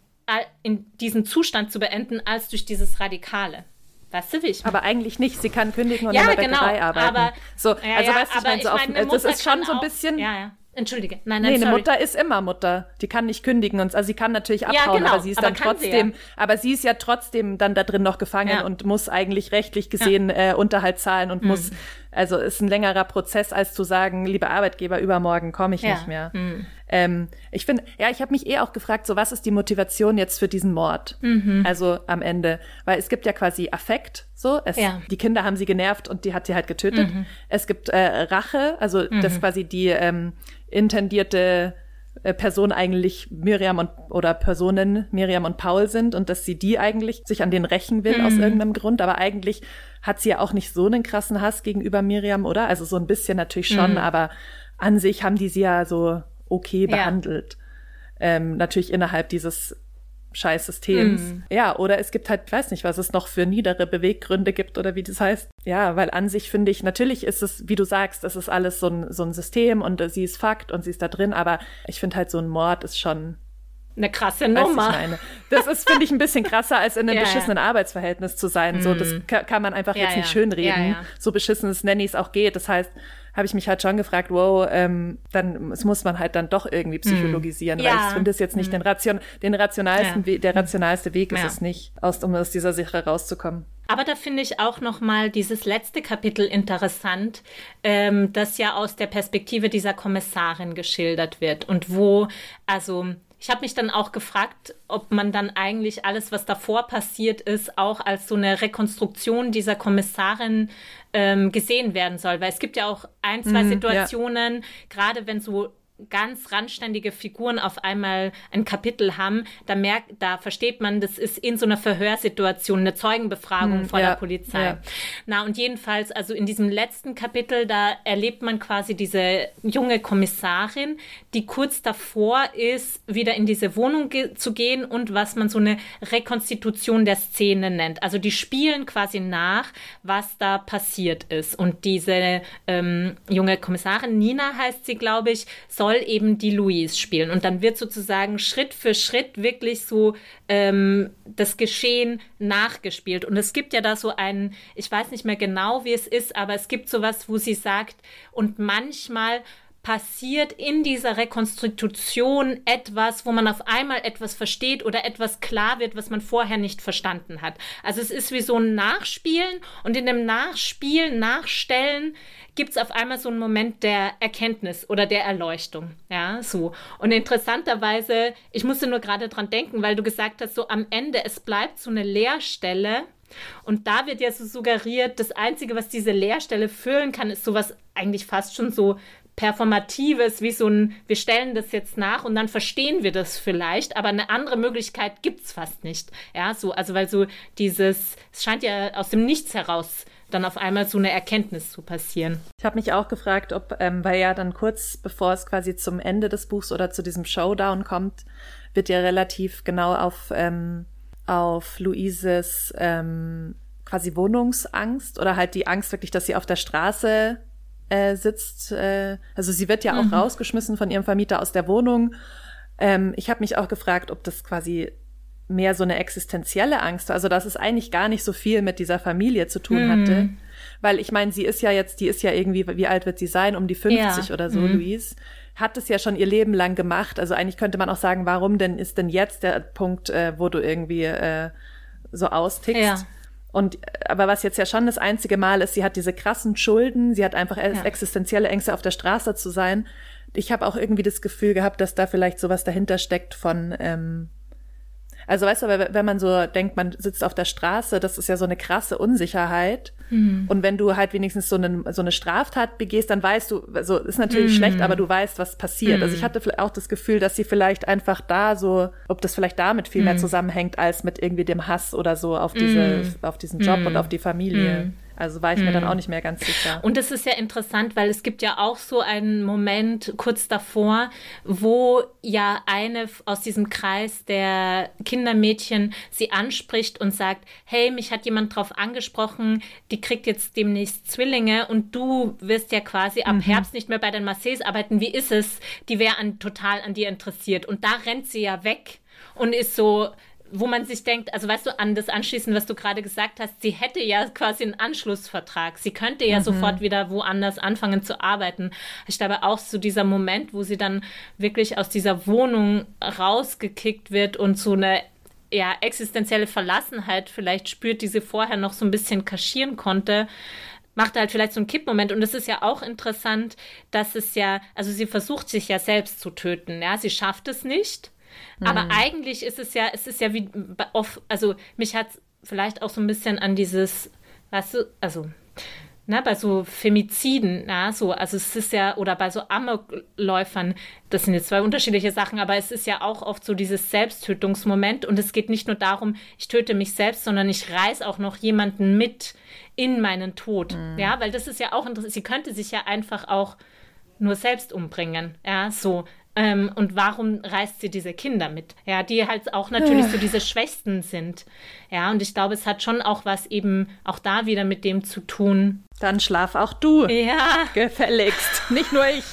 in diesen Zustand zu beenden, als durch dieses Radikale. Weißt du, wie ich meine? Aber eigentlich nicht. Sie kann kündigen und ja, in der genau, Bäckerei arbeiten. Aber, so, ja, also ja, weißt du, ich meine, so auf, meine, das ist schon so ein auch, bisschen... Ja, ja. Entschuldige. Nein, nein, nee, eine sorry. Mutter ist immer Mutter. Die kann nicht kündigen. Und, also sie kann natürlich abhauen, ja, genau, aber sie ist dann trotzdem, sie, ja. aber sie ist ja trotzdem dann da drin noch gefangen ja. und muss eigentlich rechtlich gesehen ja. äh, Unterhalt zahlen und mhm. muss, also ist ein längerer Prozess, als zu sagen, liebe Arbeitgeber, übermorgen komme ich ja. nicht mehr. Mhm. Ähm, ich finde, ja, ich habe mich eh auch gefragt, so was ist die Motivation jetzt für diesen Mord? Mhm. Also am Ende, weil es gibt ja quasi Affekt, so, es, ja. die Kinder haben sie genervt und die hat sie halt getötet. Mhm. Es gibt äh, Rache, also mhm. das quasi die ähm, intendierte äh, Person eigentlich Miriam und oder Personen Miriam und Paul sind und dass sie die eigentlich sich an denen rächen will mhm. aus irgendeinem Grund, aber eigentlich hat sie ja auch nicht so einen krassen Hass gegenüber Miriam, oder? Also so ein bisschen natürlich schon, mhm. aber an sich haben die sie ja so okay behandelt. Ja. Ähm, natürlich innerhalb dieses scheiß Systems. Mm. Ja, oder es gibt halt, ich weiß nicht, was es noch für niedere Beweggründe gibt oder wie das heißt. Ja, weil an sich finde ich, natürlich ist es, wie du sagst, es ist alles so ein, so ein System und äh, sie ist Fakt und sie ist da drin, aber ich finde halt so ein Mord ist schon eine krasse Nummer. Ich meine. Das ist, finde ich, ein bisschen krasser, als in einem ja, beschissenen ja. Arbeitsverhältnis zu sein. Mm. So, das ka- kann man einfach ja, jetzt nicht ja. schönreden, ja, ja. so beschissen es Nannies auch geht. Das heißt, habe ich mich halt schon gefragt, wow, ähm, dann das muss man halt dann doch irgendwie psychologisieren, mm. weil ja. ich finde es jetzt nicht mm. den, Ration, den rationalsten, ja. We- der rationalste Weg ist ja. es nicht, aus, um aus dieser Sache rauszukommen. Aber da finde ich auch nochmal dieses letzte Kapitel interessant, ähm, das ja aus der Perspektive dieser Kommissarin geschildert wird und wo, also ich habe mich dann auch gefragt, ob man dann eigentlich alles, was davor passiert ist, auch als so eine Rekonstruktion dieser Kommissarin ähm, gesehen werden soll. Weil es gibt ja auch ein, zwei mm, Situationen, ja. gerade wenn so ganz randständige Figuren auf einmal ein Kapitel haben, da merkt, da versteht man, das ist in so einer Verhörsituation, eine Zeugenbefragung hm, vor ja, der Polizei. Ja. Na, und jedenfalls, also in diesem letzten Kapitel, da erlebt man quasi diese junge Kommissarin, die kurz davor ist, wieder in diese Wohnung ge- zu gehen und was man so eine Rekonstitution der Szene nennt. Also die spielen quasi nach, was da passiert ist. Und diese ähm, junge Kommissarin, Nina heißt sie, glaube ich, soll eben die Louise spielen. Und dann wird sozusagen Schritt für Schritt wirklich so ähm, das Geschehen nachgespielt. Und es gibt ja da so einen, ich weiß nicht mehr genau, wie es ist, aber es gibt sowas, wo sie sagt, und manchmal passiert in dieser Rekonstitution etwas, wo man auf einmal etwas versteht oder etwas klar wird, was man vorher nicht verstanden hat. Also es ist wie so ein Nachspielen und in dem Nachspielen, Nachstellen gibt es auf einmal so einen Moment der Erkenntnis oder der Erleuchtung. Ja, so. Und interessanterweise, ich musste nur gerade dran denken, weil du gesagt hast, so am Ende, es bleibt so eine Leerstelle. Und da wird ja so suggeriert, das Einzige, was diese Leerstelle füllen kann, ist sowas eigentlich fast schon so Performatives, wie so ein, wir stellen das jetzt nach und dann verstehen wir das vielleicht, aber eine andere Möglichkeit gibt es fast nicht. Ja, so, also weil so dieses, es scheint ja aus dem Nichts heraus dann auf einmal so eine Erkenntnis zu passieren. Ich habe mich auch gefragt, ob, ähm, weil ja dann kurz bevor es quasi zum Ende des Buchs oder zu diesem Showdown kommt, wird ja relativ genau auf, ähm, auf Louises ähm, quasi Wohnungsangst oder halt die Angst wirklich, dass sie auf der Straße äh, sitzt. Äh, also sie wird ja auch mhm. rausgeschmissen von ihrem Vermieter aus der Wohnung. Ähm, ich habe mich auch gefragt, ob das quasi mehr so eine existenzielle Angst war. Also dass es eigentlich gar nicht so viel mit dieser Familie zu tun mhm. hatte. Weil ich meine, sie ist ja jetzt, die ist ja irgendwie, wie alt wird sie sein? Um die fünfzig ja. oder so, mhm. Louise. Hat es ja schon ihr Leben lang gemacht. Also eigentlich könnte man auch sagen, warum denn ist denn jetzt der Punkt, äh, wo du irgendwie äh, so austickst? Ja. Und aber was jetzt ja schon das einzige Mal ist, sie hat diese krassen Schulden, sie hat einfach ja. existenzielle Ängste, auf der Straße zu sein. Ich habe auch irgendwie das Gefühl gehabt, dass da vielleicht sowas dahinter steckt von ähm, also weißt du, wenn man so denkt, man sitzt auf der Straße, das ist ja so eine krasse Unsicherheit. Mhm. Und wenn du halt wenigstens so eine, so eine Straftat begehst, dann weißt du, also ist natürlich mhm. schlecht, aber du weißt, was passiert. Mhm. Also ich hatte auch das Gefühl, dass sie vielleicht einfach da so, ob das vielleicht damit viel mhm. mehr zusammenhängt, als mit irgendwie dem Hass oder so auf diese, mhm. auf diesen Job mhm. und auf die Familie. Mhm. Also war ich mir hm. dann auch nicht mehr ganz sicher. Und es ist ja interessant, weil es gibt ja auch so einen Moment kurz davor, wo ja eine aus diesem Kreis der Kindermädchen sie anspricht und sagt, hey, mich hat jemand drauf angesprochen, die kriegt jetzt demnächst Zwillinge und du wirst ja quasi ab mhm. Herbst nicht mehr bei den Marseilles arbeiten. Wie ist es? Die wäre an, total an dir interessiert. Und da rennt sie ja weg und ist so, wo man sich denkt, also weißt du, an das anschließend, was du gerade gesagt hast, sie hätte ja quasi einen Anschlussvertrag. Sie könnte ja mhm. sofort wieder woanders anfangen zu arbeiten. Ich glaube auch so dieser Moment, wo sie dann wirklich aus dieser Wohnung rausgekickt wird und so eine ja, existenzielle Verlassenheit vielleicht spürt, die sie vorher noch so ein bisschen kaschieren konnte, macht halt vielleicht so einen Kippmoment. Und es ist ja auch interessant, dass es ja, also sie versucht sich ja selbst zu töten. Ja, sie schafft es nicht. Aber mhm. eigentlich ist es ja, es ist ja wie oft, also mich hat es vielleicht auch so ein bisschen an dieses, weißt du, also, ne, bei so Femiziden, ja, so, also es ist ja, oder bei so Amokläufern, das sind jetzt zwei unterschiedliche Sachen, aber es ist ja auch oft so dieses Selbsttötungsmoment und es geht nicht nur darum, ich töte mich selbst, sondern ich reiß auch noch jemanden mit in meinen Tod, mhm. ja, weil das ist ja auch interessant, sie könnte sich ja einfach auch nur selbst umbringen, ja, so. Ähm, und warum reißt sie diese Kinder mit? Ja, die halt auch natürlich so diese Schwächsten sind. Ja, und ich glaube, es hat schon auch was eben auch da wieder mit dem zu tun. Dann schlaf auch du. Ja. Gefälligst. Nicht nur ich.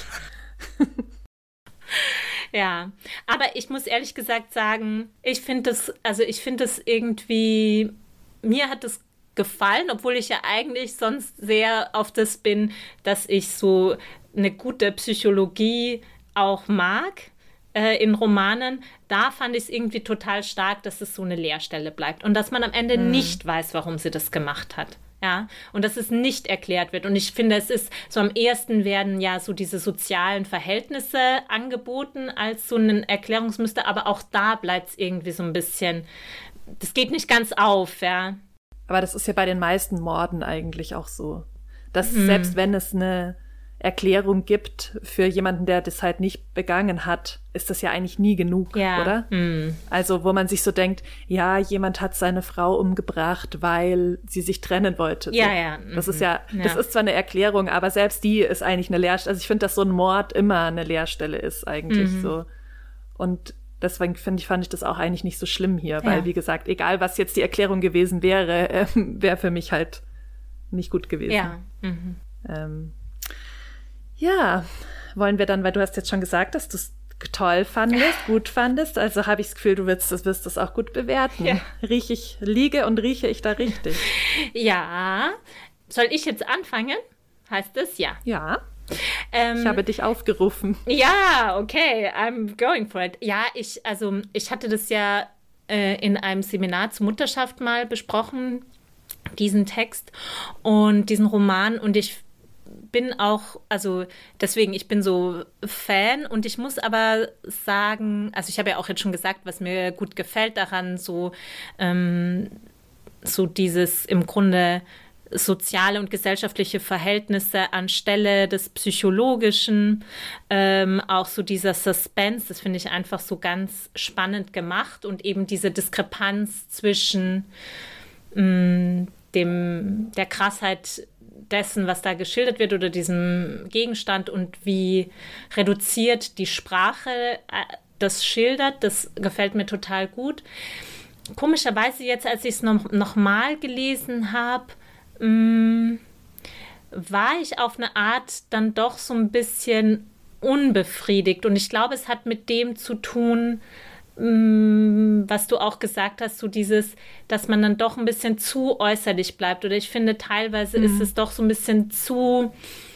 Ja, aber ich muss ehrlich gesagt sagen, ich finde das, also ich finde das irgendwie, mir hat das gefallen, obwohl ich ja eigentlich sonst sehr auf das bin, dass ich so eine gute Psychologie auch mag äh, in Romanen, da fand ich es irgendwie total stark, dass es so eine Leerstelle bleibt und dass man am Ende mhm. nicht weiß, warum sie das gemacht hat. Ja, und dass es nicht erklärt wird. Und ich finde, es ist so am ehesten werden ja so diese sozialen Verhältnisse angeboten als so ein Erklärungsmuster, aber auch da bleibt es irgendwie so ein bisschen, das geht nicht ganz auf, ja. Aber das ist ja bei den meisten Morden eigentlich auch so, dass mhm. selbst wenn es eine Erklärung gibt für jemanden, der das halt nicht begangen hat, ist das ja eigentlich nie genug, ja. oder? Mm. Also wo man sich so denkt, ja, jemand hat seine Frau umgebracht, weil sie sich trennen wollte. So. Ja, ja. Das ist ja, ja, das ist zwar eine Erklärung, aber selbst die ist eigentlich eine Leerstelle. Also ich finde, dass so ein Mord immer eine Leerstelle ist eigentlich mm. so. Und deswegen finde ich, fand ich das auch eigentlich nicht so schlimm hier, weil, ja. wie gesagt, egal was jetzt die Erklärung gewesen wäre, äh, wäre für mich halt nicht gut gewesen. Ja. Mhm. Ähm, Ja, wollen wir dann, weil du hast jetzt schon gesagt, dass du es toll fandest, gut fandest, also habe ich das Gefühl, du wirst das, wirst das auch gut bewerten. Ja. Riech ich, liege und rieche ich da richtig? Ja. Soll ich jetzt anfangen? Heißt es ja? Ja. Ähm, ich habe dich aufgerufen. Ja, okay, I'm going for it. Ja, ich, also ich hatte das ja äh, in einem Seminar zur Mutterschaft mal besprochen, diesen Text und diesen Roman, und ich bin auch, also deswegen, ich bin so Fan, und ich muss aber sagen, also ich habe ja auch jetzt schon gesagt, was mir gut gefällt daran, so, ähm, so dieses im Grunde soziale und gesellschaftliche Verhältnisse anstelle des Psychologischen, ähm, auch so dieser Suspense, das finde ich einfach so ganz spannend gemacht, und eben diese Diskrepanz zwischen mh, dem, der Krassheit dessen, was da geschildert wird, oder diesem Gegenstand, und wie reduziert die Sprache äh, das schildert, das gefällt mir total gut. Komischerweise jetzt, als ich es noch, noch mal gelesen habe, mh, war ich auf eine Art dann doch so ein bisschen unbefriedigt, und ich glaube, es hat mit dem zu tun, was du auch gesagt hast, so dieses, dass man dann doch ein bisschen zu äußerlich bleibt. Oder ich finde, teilweise mhm. ist es doch so ein bisschen zu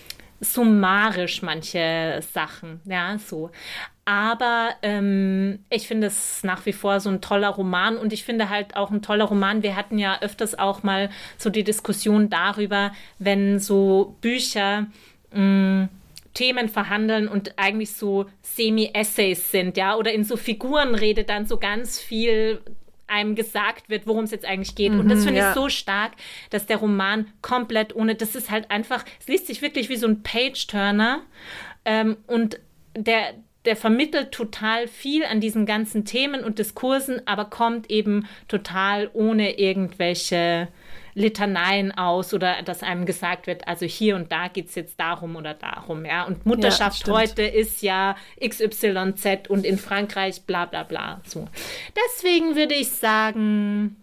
summarisch, manche Sachen. Ja, so. Aber ähm, ich finde es nach wie vor so ein toller Roman, und ich finde halt auch ein toller Roman. Wir hatten ja öfters auch mal so die Diskussion darüber, wenn so Bücher mh, Themen verhandeln und eigentlich so Semi-Essays sind, ja, oder in so Figurenrede dann so ganz viel einem gesagt wird, worum es jetzt eigentlich geht. Mhm, und das finde ja. ich so stark, dass der Roman komplett ohne, das ist halt einfach, es liest sich wirklich wie so ein Page-Turner, ähm, und der, der vermittelt total viel an diesen ganzen Themen und Diskursen, aber kommt eben total ohne irgendwelche Litaneien aus, oder dass einem gesagt wird, also hier und da geht es jetzt darum oder darum, ja. Und Mutterschaft ja, heute ist ja X Y Z und in Frankreich bla bla bla. So. Deswegen würde ich sagen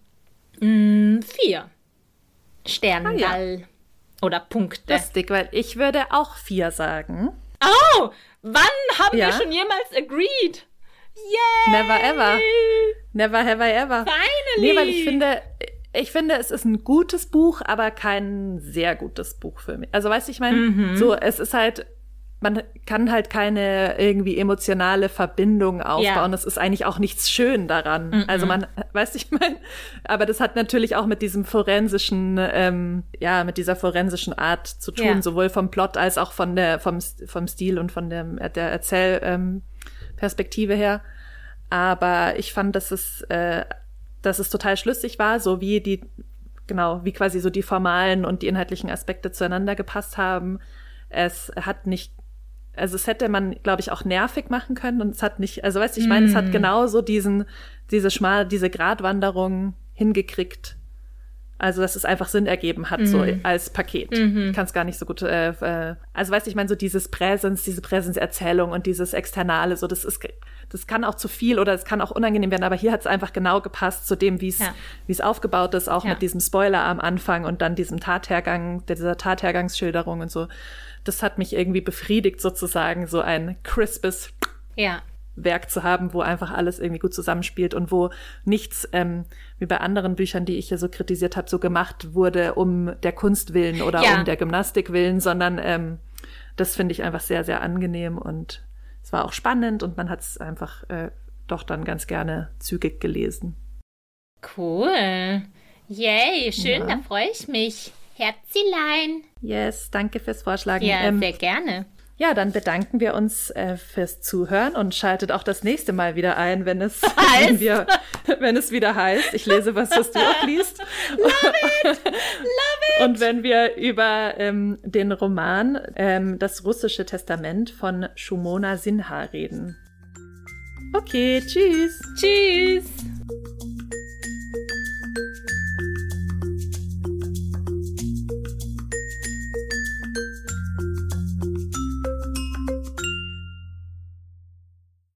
mh, vier Sterne ah, ja. oder Punkte. Lustig, weil ich würde auch vier sagen. Oh, wann haben ja. wir schon jemals agreed? Yay! Never ever. Never have I ever. Finally! Nee, weil ich finde... Ich finde, es ist ein gutes Buch, aber kein sehr gutes Buch für mich. Also, weißt du, ich meine, mhm. so, es ist halt, man kann halt keine irgendwie emotionale Verbindung aufbauen. Es ja. ist eigentlich auch nichts schön daran. Mhm. Also, man, weißt du, ich meine, aber das hat natürlich auch mit diesem forensischen, ähm, ja, mit dieser forensischen Art zu tun, ja. sowohl vom Plot als auch von der, vom, vom Stil und von dem, der Erzählperspektive ähm, her. Aber ich fand, dass es, äh, dass es total schlüssig war, so wie die, genau, wie quasi so die formalen und die inhaltlichen Aspekte zueinander gepasst haben. Es hat nicht, also es hätte man, glaube ich, auch nervig machen können, und es hat nicht, also weißt du, ich meine, mm. es hat genauso diesen, diese schmal, diese Gratwanderung hingekriegt. Also, dass es einfach Sinn ergeben hat, mm. so als Paket. Mm-hmm. Ich kann es gar nicht so gut, äh, äh, also weißt du, ich meine, so dieses Präsens, diese Präsenserzählung und dieses Externale, so das ist, das kann auch zu viel oder es kann auch unangenehm werden, aber hier hat es einfach genau gepasst zu dem, wie es ja. wie es aufgebaut ist, auch ja. mit diesem Spoiler am Anfang und dann diesem Tathergang, dieser Tathergangsschilderung und so. Das hat mich irgendwie befriedigt, sozusagen, so ein crispes ja. Werk zu haben, wo einfach alles irgendwie gut zusammenspielt und wo nichts, ähm, wie bei anderen Büchern, die ich hier so kritisiert habe, so gemacht wurde um der Kunst willen oder ja. um der Gymnastik willen, sondern ähm, das finde ich einfach sehr, sehr angenehm, und es war auch spannend, und man hat es einfach äh, doch dann ganz gerne zügig gelesen. Cool. Yay, schön, ja. da freue ich mich. Herzilein. Yes, danke fürs Vorschlagen. Ja, ähm, sehr gerne. Ja, dann bedanken wir uns äh, fürs Zuhören und schaltet auch das nächste Mal wieder ein, wenn es, wenn wir, wenn es wieder heißt, ich lese was, was du auch liest. Love it! Love it! Und wenn wir über ähm, den Roman ähm, Das russische Testament von Shumona Sinha reden. Okay, tschüss. Tschüss.